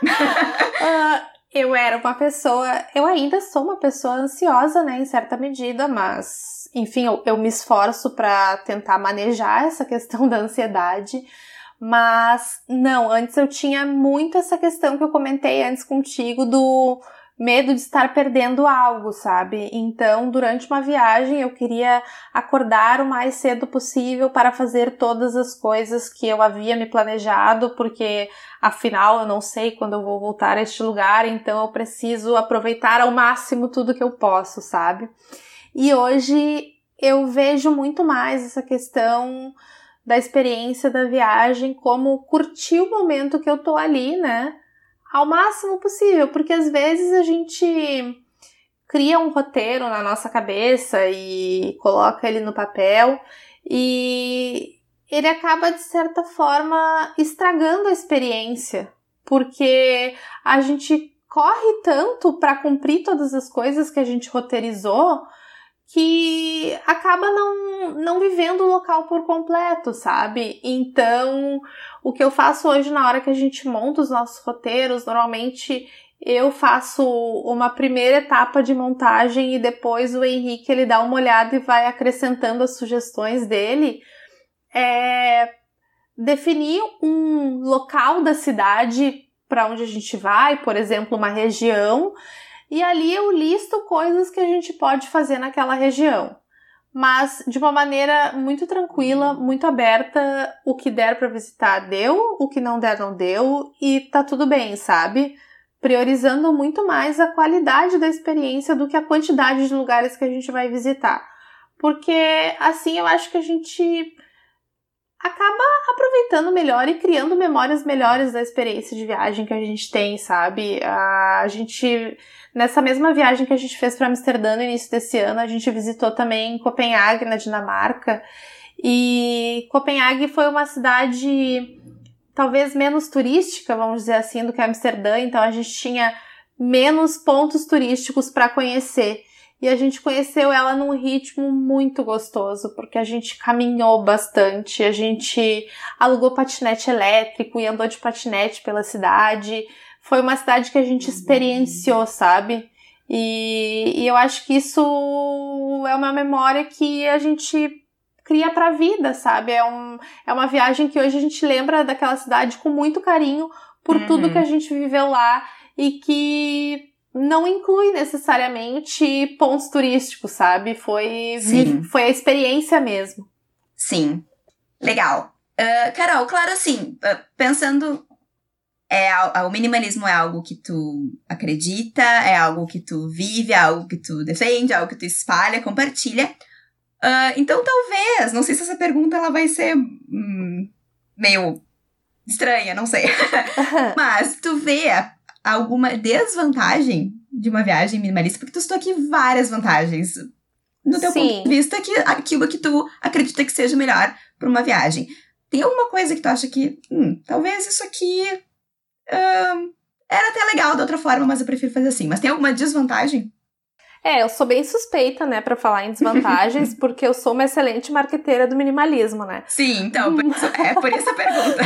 Eu ainda sou uma pessoa ansiosa, né, em certa medida, mas, enfim, eu me esforço pra tentar manejar essa questão da ansiedade. Mas, não, antes eu tinha muito essa questão que eu comentei antes contigo do medo de estar perdendo algo, sabe? Então, durante uma viagem, eu queria acordar o mais cedo possível para fazer todas as coisas que eu havia me planejado, porque, afinal, eu não sei quando eu vou voltar a este lugar, então eu preciso aproveitar ao máximo tudo que eu posso, sabe? E hoje eu vejo muito mais essa questão da experiência da viagem, como curtir o momento que eu tô ali, né? ao máximo possível, porque às vezes a gente cria um roteiro na nossa cabeça e coloca ele no papel e ele acaba, de certa forma, estragando a experiência, porque a gente corre tanto para cumprir todas as coisas que a gente roteirizou que acaba não vivendo o local por completo, sabe? Então, o que eu faço hoje na hora que a gente monta os nossos roteiros, normalmente eu faço uma primeira etapa de montagem e depois o Henrique ele dá uma olhada e vai acrescentando as sugestões dele. Definir um local da cidade para onde a gente vai, por exemplo, uma região, e ali eu listo coisas que a gente pode fazer naquela região. Mas de uma maneira muito tranquila, muito aberta, o que der para visitar deu, o que não der não deu, e tá tudo bem, sabe? Priorizando muito mais a qualidade da experiência do que a quantidade de lugares que a gente vai visitar. Porque assim eu acho que a gente acaba aproveitando melhor e criando memórias melhores da experiência de viagem que a gente tem, sabe? A gente, nessa mesma viagem que a gente fez para Amsterdã no início desse ano, a gente visitou também Copenhague, na Dinamarca, e Copenhague foi uma cidade talvez menos turística, vamos dizer assim, do que Amsterdã, então a gente tinha menos pontos turísticos para conhecer. E a gente conheceu ela num ritmo muito gostoso, porque a gente caminhou bastante, a gente alugou patinete elétrico e andou de patinete pela cidade. Foi uma cidade que a gente experienciou, sabe? E eu acho que isso é uma memória que a gente cria pra vida, sabe? É uma viagem que hoje a gente lembra daquela cidade com muito carinho por tudo que a gente viveu lá e que não inclui necessariamente pontos turísticos, sabe? Foi a experiência mesmo. Sim. Legal. Carol, claro, assim, pensando, o minimalismo é algo que tu acredita, é algo que tu vive, é algo que tu defende, é algo que tu espalha, compartilha. Então, talvez, não sei se essa pergunta ela vai ser meio estranha, não sei. Mas tu vê alguma desvantagem de uma viagem minimalista? Porque tu citou aqui várias vantagens. No teu ponto de vista, que aquilo que tu acredita que seja melhor para uma viagem. Tem alguma coisa que tu acha que, talvez isso aqui era até legal de outra forma, mas eu prefiro fazer assim. Mas tem alguma desvantagem? Eu sou bem suspeita, né, pra falar em desvantagens, porque eu sou uma excelente marqueteira do minimalismo, né? Sim, então, por isso a pergunta.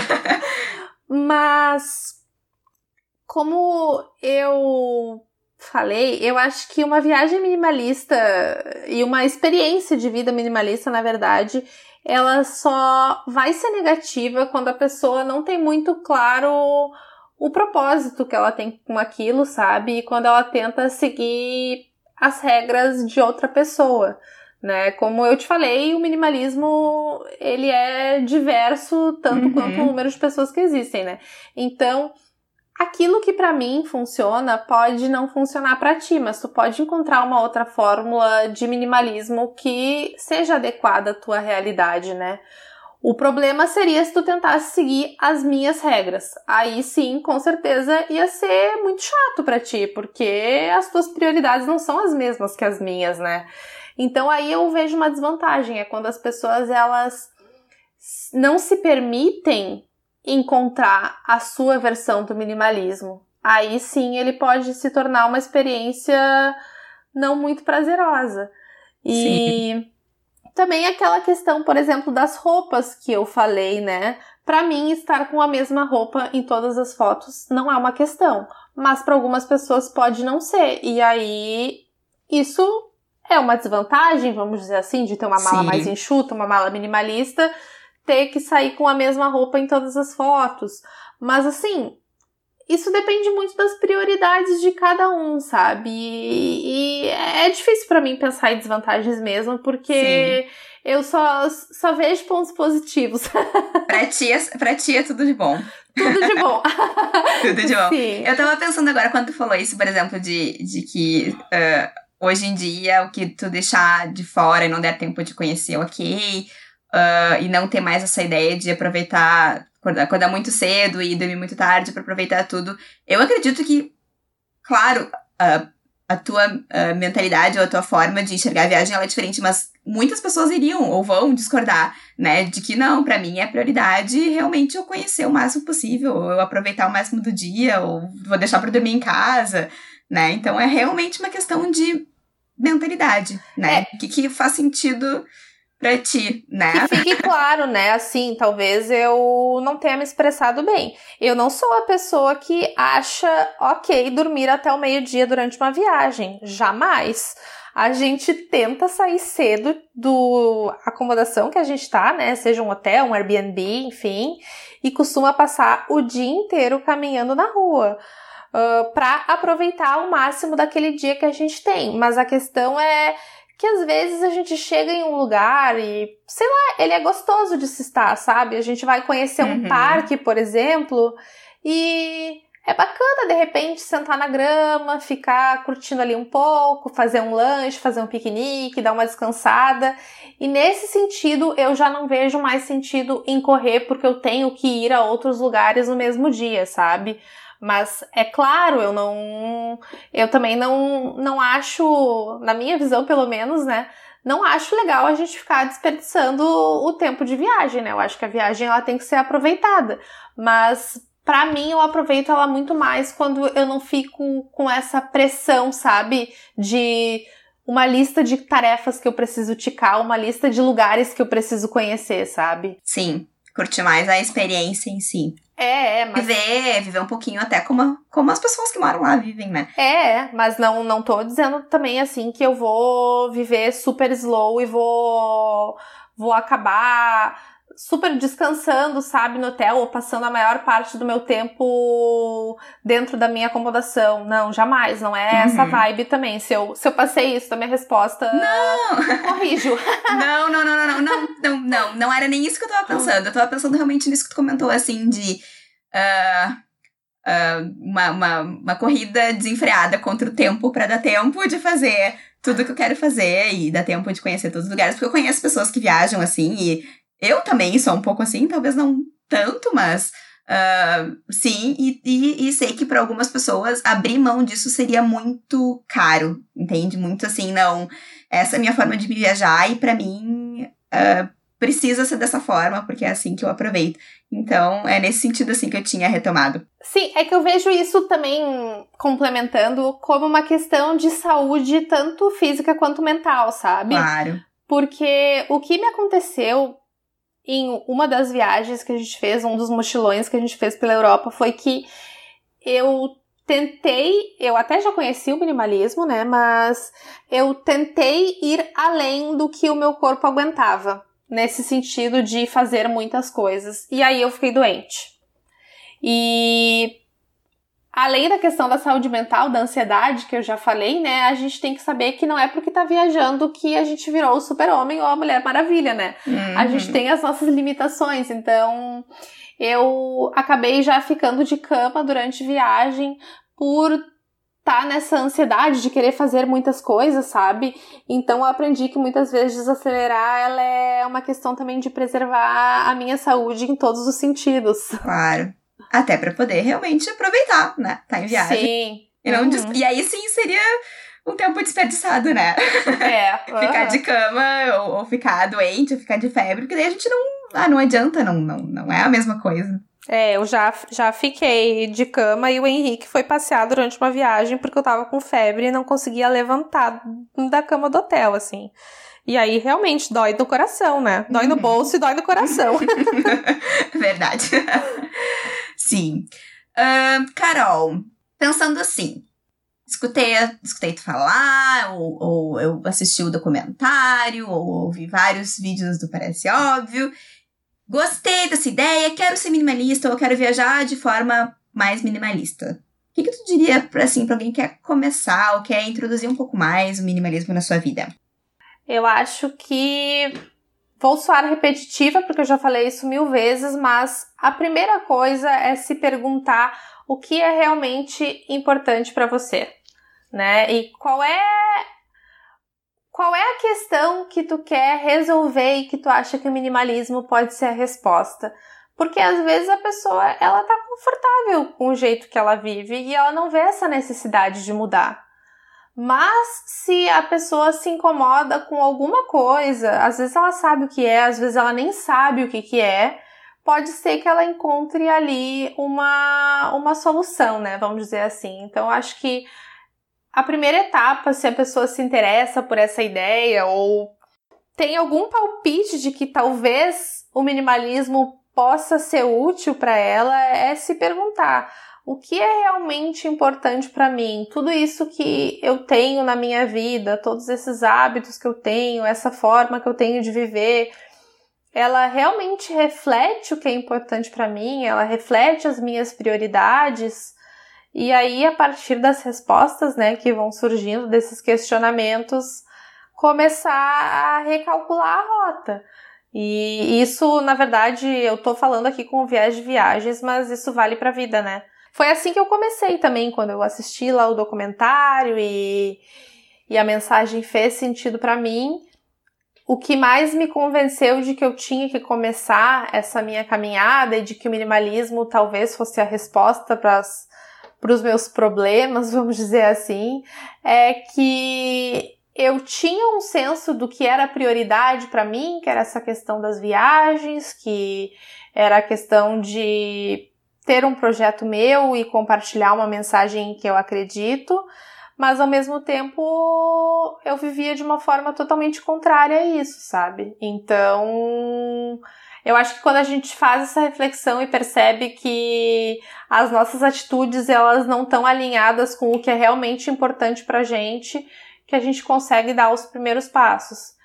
Mas, como eu falei, eu acho que uma viagem minimalista e uma experiência de vida minimalista, na verdade, ela só vai ser negativa quando a pessoa não tem muito claro o propósito que ela tem com aquilo, sabe? E quando ela tenta seguir as regras de outra pessoa, né? Como eu te falei, o minimalismo, ele é diverso tanto quanto o número de pessoas que existem, né? Então, aquilo que pra mim funciona pode não funcionar pra ti, mas tu pode encontrar uma outra fórmula de minimalismo que seja adequada à tua realidade, né? O problema seria se tu tentasse seguir as minhas regras. Aí sim, com certeza, ia ser muito chato pra ti, porque as tuas prioridades não são as mesmas que as minhas, né? Então aí eu vejo uma desvantagem, é quando as pessoas, elas não se permitem encontrar a sua versão do minimalismo. Aí sim, ele pode se tornar uma experiência não muito prazerosa. E também aquela questão, por exemplo, das roupas que eu falei, né? Pra mim, estar com a mesma roupa em todas as fotos não é uma questão. Mas para algumas pessoas pode não ser. E aí, isso é uma desvantagem, vamos dizer assim, de ter uma mala mais enxuta, uma mala minimalista, ter que sair com a mesma roupa em todas as fotos. Mas assim, isso depende muito das prioridades de cada um, sabe? E é difícil pra mim pensar em desvantagens mesmo, porque eu só vejo pontos positivos. Pra ti é tudo de bom. Tudo de bom. Tudo de bom. Sim. Eu tava pensando agora, quando tu falou isso, por exemplo, de que hoje em dia o que tu deixar de fora e não der tempo de conhecer, ok. E não ter mais essa ideia de aproveitar acordar muito cedo e dormir muito tarde pra aproveitar tudo. Eu acredito que, claro, a tua mentalidade ou a tua forma de enxergar a viagem ela é diferente, mas muitas pessoas iriam ou vão discordar, né, de que não, pra mim é prioridade realmente eu conhecer o máximo possível, ou eu aproveitar o máximo do dia, ou vou deixar pra dormir em casa, né, então é realmente uma questão de mentalidade, né, o que faz sentido pra ti, né? Que fique claro, né, assim, talvez eu não tenha me expressado bem. Eu não sou a pessoa que acha ok dormir até o meio-dia durante uma viagem. Jamais. A gente tenta sair cedo do acomodação que a gente tá, né, seja um hotel, um Airbnb, enfim, e costuma passar o dia inteiro caminhando na rua. Pra aproveitar o máximo daquele dia que a gente tem. Mas a questão é que às vezes a gente chega em um lugar e, sei lá, ele é gostoso de se estar, sabe? A gente vai conhecer um parque, por exemplo, e é bacana, de repente, sentar na grama, ficar curtindo ali um pouco, fazer um lanche, fazer um piquenique, dar uma descansada. E nesse sentido, eu já não vejo mais sentido em correr, porque eu tenho que ir a outros lugares no mesmo dia, sabe? Mas, é claro, eu também não acho, na minha visão pelo menos, né, não acho legal a gente ficar desperdiçando o tempo de viagem, né, eu acho que a viagem ela tem que ser aproveitada, mas pra mim eu aproveito ela muito mais quando eu não fico com essa pressão, sabe, de uma lista de tarefas que eu preciso ticar, uma lista de lugares que eu preciso conhecer, sabe? Sim, curtir mais a experiência em si. Mas... Viver um pouquinho até como as pessoas que moram lá vivem, né? Mas não tô dizendo também, assim, que eu vou viver super slow e vou acabar super descansando, sabe, no hotel, ou passando a maior parte do meu tempo dentro da minha acomodação. Não, jamais, não é essa vibe também. Se eu passei isso da minha resposta, corrijo. Não era nem isso que eu tava pensando. Eu tava pensando realmente nisso que tu comentou, assim, de uma corrida desenfreada contra o tempo pra dar tempo de fazer tudo que eu quero fazer e dar tempo de conhecer todos os lugares, porque eu conheço pessoas que viajam assim, e eu também sou um pouco assim, talvez não tanto, mas sim, e sei que para algumas pessoas abrir mão disso seria muito caro, entende? Muito assim, não, essa é a minha forma de viajar e pra mim precisa ser dessa forma, porque é assim que eu aproveito. Então, é nesse sentido assim que eu tinha retomado. Sim, é que eu vejo isso também complementando como uma questão de saúde, tanto física quanto mental, sabe? Claro. Porque o que me aconteceu em uma das viagens que a gente fez, um dos mochilões que a gente fez pela Europa, foi que eu até já conheci o minimalismo, né, mas eu tentei ir além do que o meu corpo aguentava, nesse sentido de fazer muitas coisas, e aí eu fiquei doente. E além da questão da saúde mental, da ansiedade, que eu já falei, né, a gente tem que saber que não é porque tá viajando que a gente virou o super-homem ou a Mulher Maravilha, né? A gente tem as nossas limitações, então eu acabei já ficando de cama durante viagem por estar nessa ansiedade de querer fazer muitas coisas, sabe? Então eu aprendi que muitas vezes desacelerar, ela é uma questão também de preservar a minha saúde em todos os sentidos. Claro. Até pra poder realmente aproveitar, né? Tá em viagem. Sim. E, não e aí sim seria um tempo desperdiçado, né? Ficar de cama, ou ficar doente, ou ficar de febre, porque daí a gente não adianta, não é a mesma coisa. Eu já fiquei de cama e o Henrique foi passear durante uma viagem porque eu tava com febre e não conseguia levantar da cama do hotel, assim. E aí, realmente, dói no coração, né? Dói no bolso e dói no coração. Verdade. Sim. Carol, pensando assim, escutei tu falar, ou eu assisti o documentário, ou ouvi vários vídeos do Parece Óbvio. Gostei dessa ideia, quero ser minimalista, ou quero viajar de forma mais minimalista. O que tu diria pra alguém que quer começar, ou quer introduzir um pouco mais o minimalismo na sua vida? Eu acho que vou soar repetitiva, porque eu já falei isso 1000 vezes, mas a primeira coisa é se perguntar o que é realmente importante para você, né? E qual é a questão que tu quer resolver e que tu acha que o minimalismo pode ser a resposta? Porque às vezes a pessoa, ela tá confortável com o jeito que ela vive e ela não vê essa necessidade de mudar. Mas se a pessoa se incomoda com alguma coisa, às vezes ela sabe o que é, às vezes ela nem sabe o que é, pode ser que ela encontre ali uma solução, né? Vamos dizer assim. Então, eu acho que a primeira etapa, se a pessoa se interessa por essa ideia ou tem algum palpite de que talvez o minimalismo possa ser útil para ela, é se perguntar: o que é realmente importante para mim? Tudo isso que eu tenho na minha vida, todos esses hábitos que eu tenho, essa forma que eu tenho de viver, ela realmente reflete o que é importante para mim? Ela reflete as minhas prioridades? E aí, a partir das respostas, né, que vão surgindo desses questionamentos, começar a recalcular a rota. E isso, na verdade, eu tô falando aqui com o viés de viagens, mas isso vale pra vida, né? Foi assim que eu comecei também, quando eu assisti lá o documentário e a mensagem fez sentido pra mim. O que mais me convenceu de que eu tinha que começar essa minha caminhada e de que o minimalismo talvez fosse a resposta para os meus problemas, vamos dizer assim, é que eu tinha um senso do que era prioridade para mim, que era essa questão das viagens, que era a questão de ter um projeto meu e compartilhar uma mensagem que eu acredito, mas ao mesmo tempo eu vivia de uma forma totalmente contrária a isso, sabe? Então, eu acho que quando a gente faz essa reflexão e percebe que as nossas atitudes, elas não estão alinhadas com o que é realmente importante pra gente, que a gente consegue dar os primeiros passos.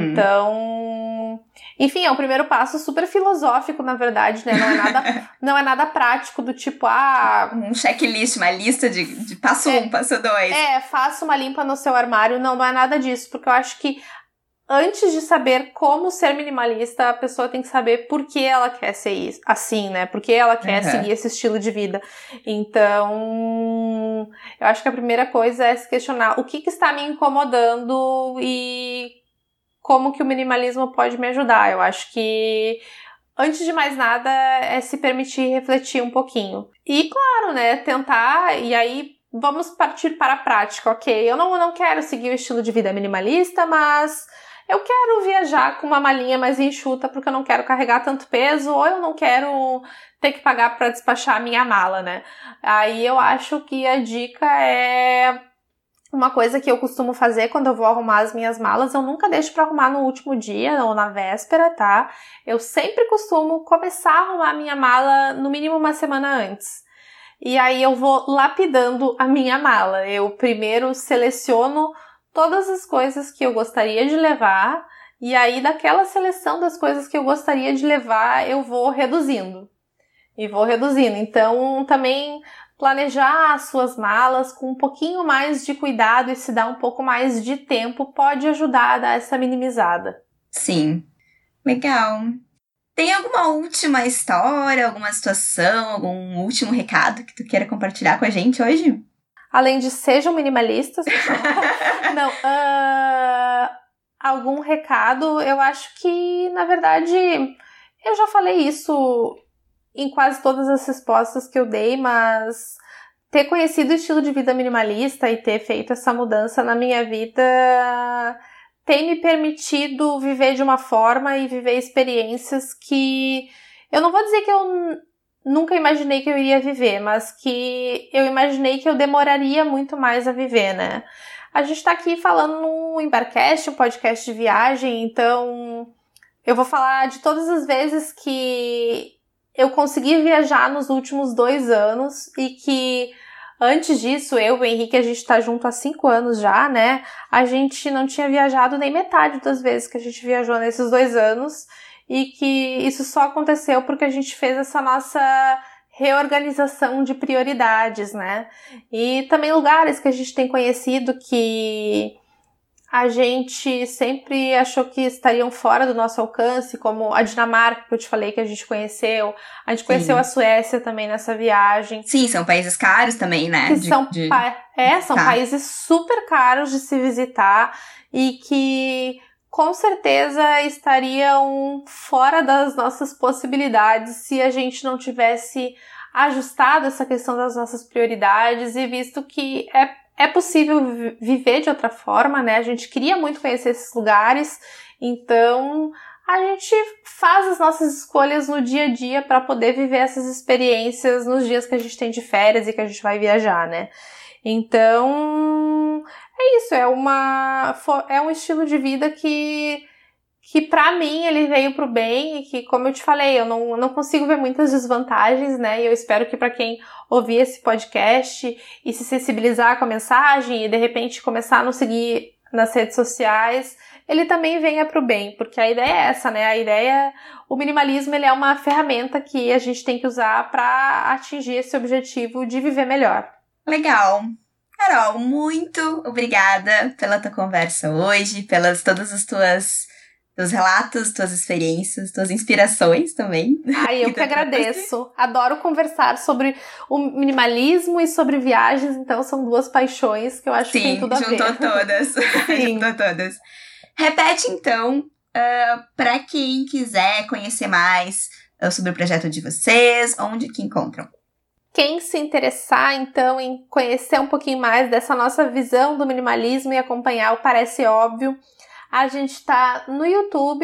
Então, enfim, é um primeiro passo super filosófico, na verdade, né? Não é nada prático do tipo, um checklist, uma lista de passo 1, passo 2. Faça uma limpa no seu armário. Não é nada disso, porque eu acho que antes de saber como ser minimalista, a pessoa tem que saber por que ela quer ser isso, assim, né? Por que ela quer seguir esse estilo de vida. Então, eu acho que a primeira coisa é se questionar o que está me incomodando e como que o minimalismo pode me ajudar. Eu acho que, antes de mais nada, é se permitir refletir um pouquinho. E, claro, né, tentar, e aí vamos partir para a prática, ok? Eu não quero seguir o estilo de vida minimalista, mas eu quero viajar com uma malinha mais enxuta porque eu não quero carregar tanto peso, ou eu não quero ter que pagar para despachar a minha mala, né? Aí eu acho que a dica é uma coisa que eu costumo fazer quando eu vou arrumar as minhas malas. Eu nunca deixo para arrumar no último dia ou na véspera, tá? Eu sempre costumo começar a arrumar a minha mala no mínimo uma semana antes. E aí eu vou lapidando a minha mala. Eu primeiro seleciono todas as coisas que eu gostaria de levar, e aí daquela seleção das coisas que eu gostaria de levar, eu vou reduzindo. Então, também planejar as suas malas com um pouquinho mais de cuidado e se dar um pouco mais de tempo pode ajudar a dar essa minimizada. Sim. Legal. Tem alguma última história, alguma situação, algum último recado que tu queira compartilhar com a gente hoje? Além de sejam minimalistas. Não, algum recado, eu acho que, na verdade, eu já falei isso em quase todas as respostas que eu dei, mas ter conhecido o estilo de vida minimalista e ter feito essa mudança na minha vida tem me permitido viver de uma forma e viver experiências que eu não vou dizer que eu nunca imaginei que eu iria viver, mas que eu imaginei que eu demoraria muito mais a viver, né? A gente tá aqui falando no Embarcast, um podcast de viagem, então eu vou falar de todas as vezes que eu consegui viajar nos últimos 2 anos e que antes disso, eu e o Henrique, a gente tá junto há 5 anos já, né? A gente não tinha viajado nem metade das vezes que a gente viajou nesses 2 anos. E que isso só aconteceu porque a gente fez essa nossa reorganização de prioridades, né? E também lugares que a gente tem conhecido que a gente sempre achou que estariam fora do nosso alcance, como a Dinamarca, que eu te falei que a gente conheceu. A gente conheceu a Suécia também nessa viagem. Sim, são países caros também, né? São países super caros de se visitar e que com certeza estariam fora das nossas possibilidades se a gente não tivesse ajustado essa questão das nossas prioridades e visto que é possível viver de outra forma, né? A gente queria muito conhecer esses lugares, então a gente faz as nossas escolhas no dia a dia para poder viver essas experiências nos dias que a gente tem de férias e que a gente vai viajar, né? Então, é isso, é um estilo de vida que pra mim ele veio pro bem e que, como eu te falei, eu não consigo ver muitas desvantagens, né? E eu espero que pra quem ouvir esse podcast e se sensibilizar com a mensagem e de repente começar a nos seguir nas redes sociais, ele também venha pro bem, porque a ideia é essa, né? O minimalismo, ele é uma ferramenta que a gente tem que usar pra atingir esse objetivo de viver melhor. Legal. Carol, muito obrigada pela tua conversa hoje, pelas todas as teus relatos, tuas experiências, tuas inspirações também. Ai, eu que agradeço. Adoro conversar sobre o minimalismo e sobre viagens, então são duas paixões que eu acho que tem tudo a ver. Juntou todas. Sim, juntou todas. Repete, então, para quem quiser conhecer mais sobre o projeto de vocês, onde que encontram? Quem se interessar, então, em conhecer um pouquinho mais dessa nossa visão do minimalismo e acompanhar o Parece Óbvio, a gente está no YouTube,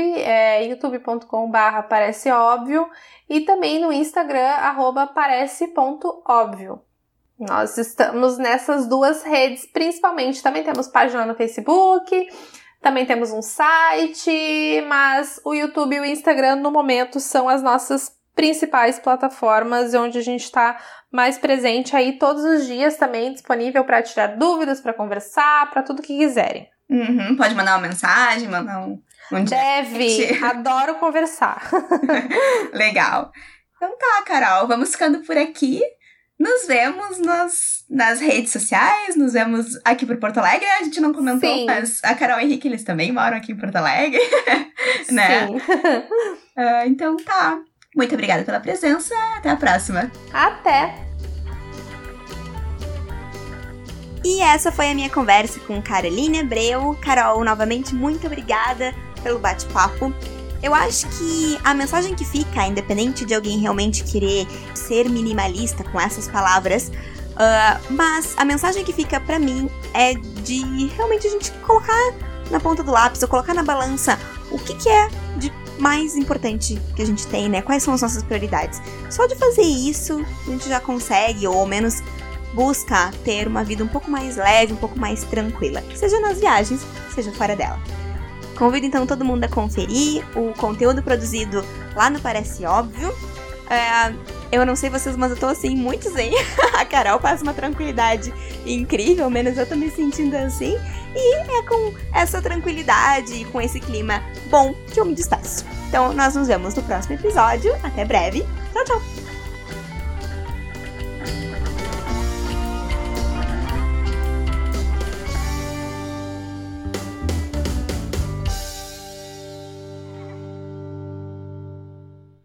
youtube.com/pareceóbvio e também no Instagram, @parece.óbvio. Nós estamos nessas duas redes, principalmente. Também temos página no Facebook, também temos um site, mas o YouTube e o Instagram, no momento, são as nossas principais plataformas onde a gente está mais presente aí todos os dias, também disponível para tirar dúvidas, para conversar, para tudo que quiserem. Pode mandar uma mensagem, mandar um Deve, adoro conversar. Legal. Então tá, Carol, vamos ficando por aqui. Nos vemos nas redes sociais, nos vemos aqui por Porto Alegre. A gente não comentou, Sim. Mas a Carol e o Henrique, eles também moram aqui em Porto Alegre, né? Sim. Então tá. Muito obrigada pela presença. Até a próxima. Até! E essa foi a minha conversa com Caroline Abreu. Carol, novamente, muito obrigada pelo bate-papo. Eu acho que a mensagem que fica, independente de alguém realmente querer ser minimalista com essas palavras, mas a mensagem que fica pra mim é de realmente a gente colocar na ponta do lápis, ou colocar na balança o que é de mais importante que a gente tem, né? Quais são as nossas prioridades. Só de fazer isso, a gente já consegue, ou ao menos busca ter uma vida um pouco mais leve, um pouco mais tranquila, seja nas viagens, seja fora dela. Convido então todo mundo a conferir o conteúdo produzido lá no Parece Óbvio. Eu não sei vocês, mas eu tô assim, muito zen. A Carol passa uma tranquilidade incrível, ao menos eu tô me sentindo assim. E é com essa tranquilidade e com esse clima bom que eu me despeço. Então nós nos vemos no próximo episódio. Até breve. Tchau, tchau!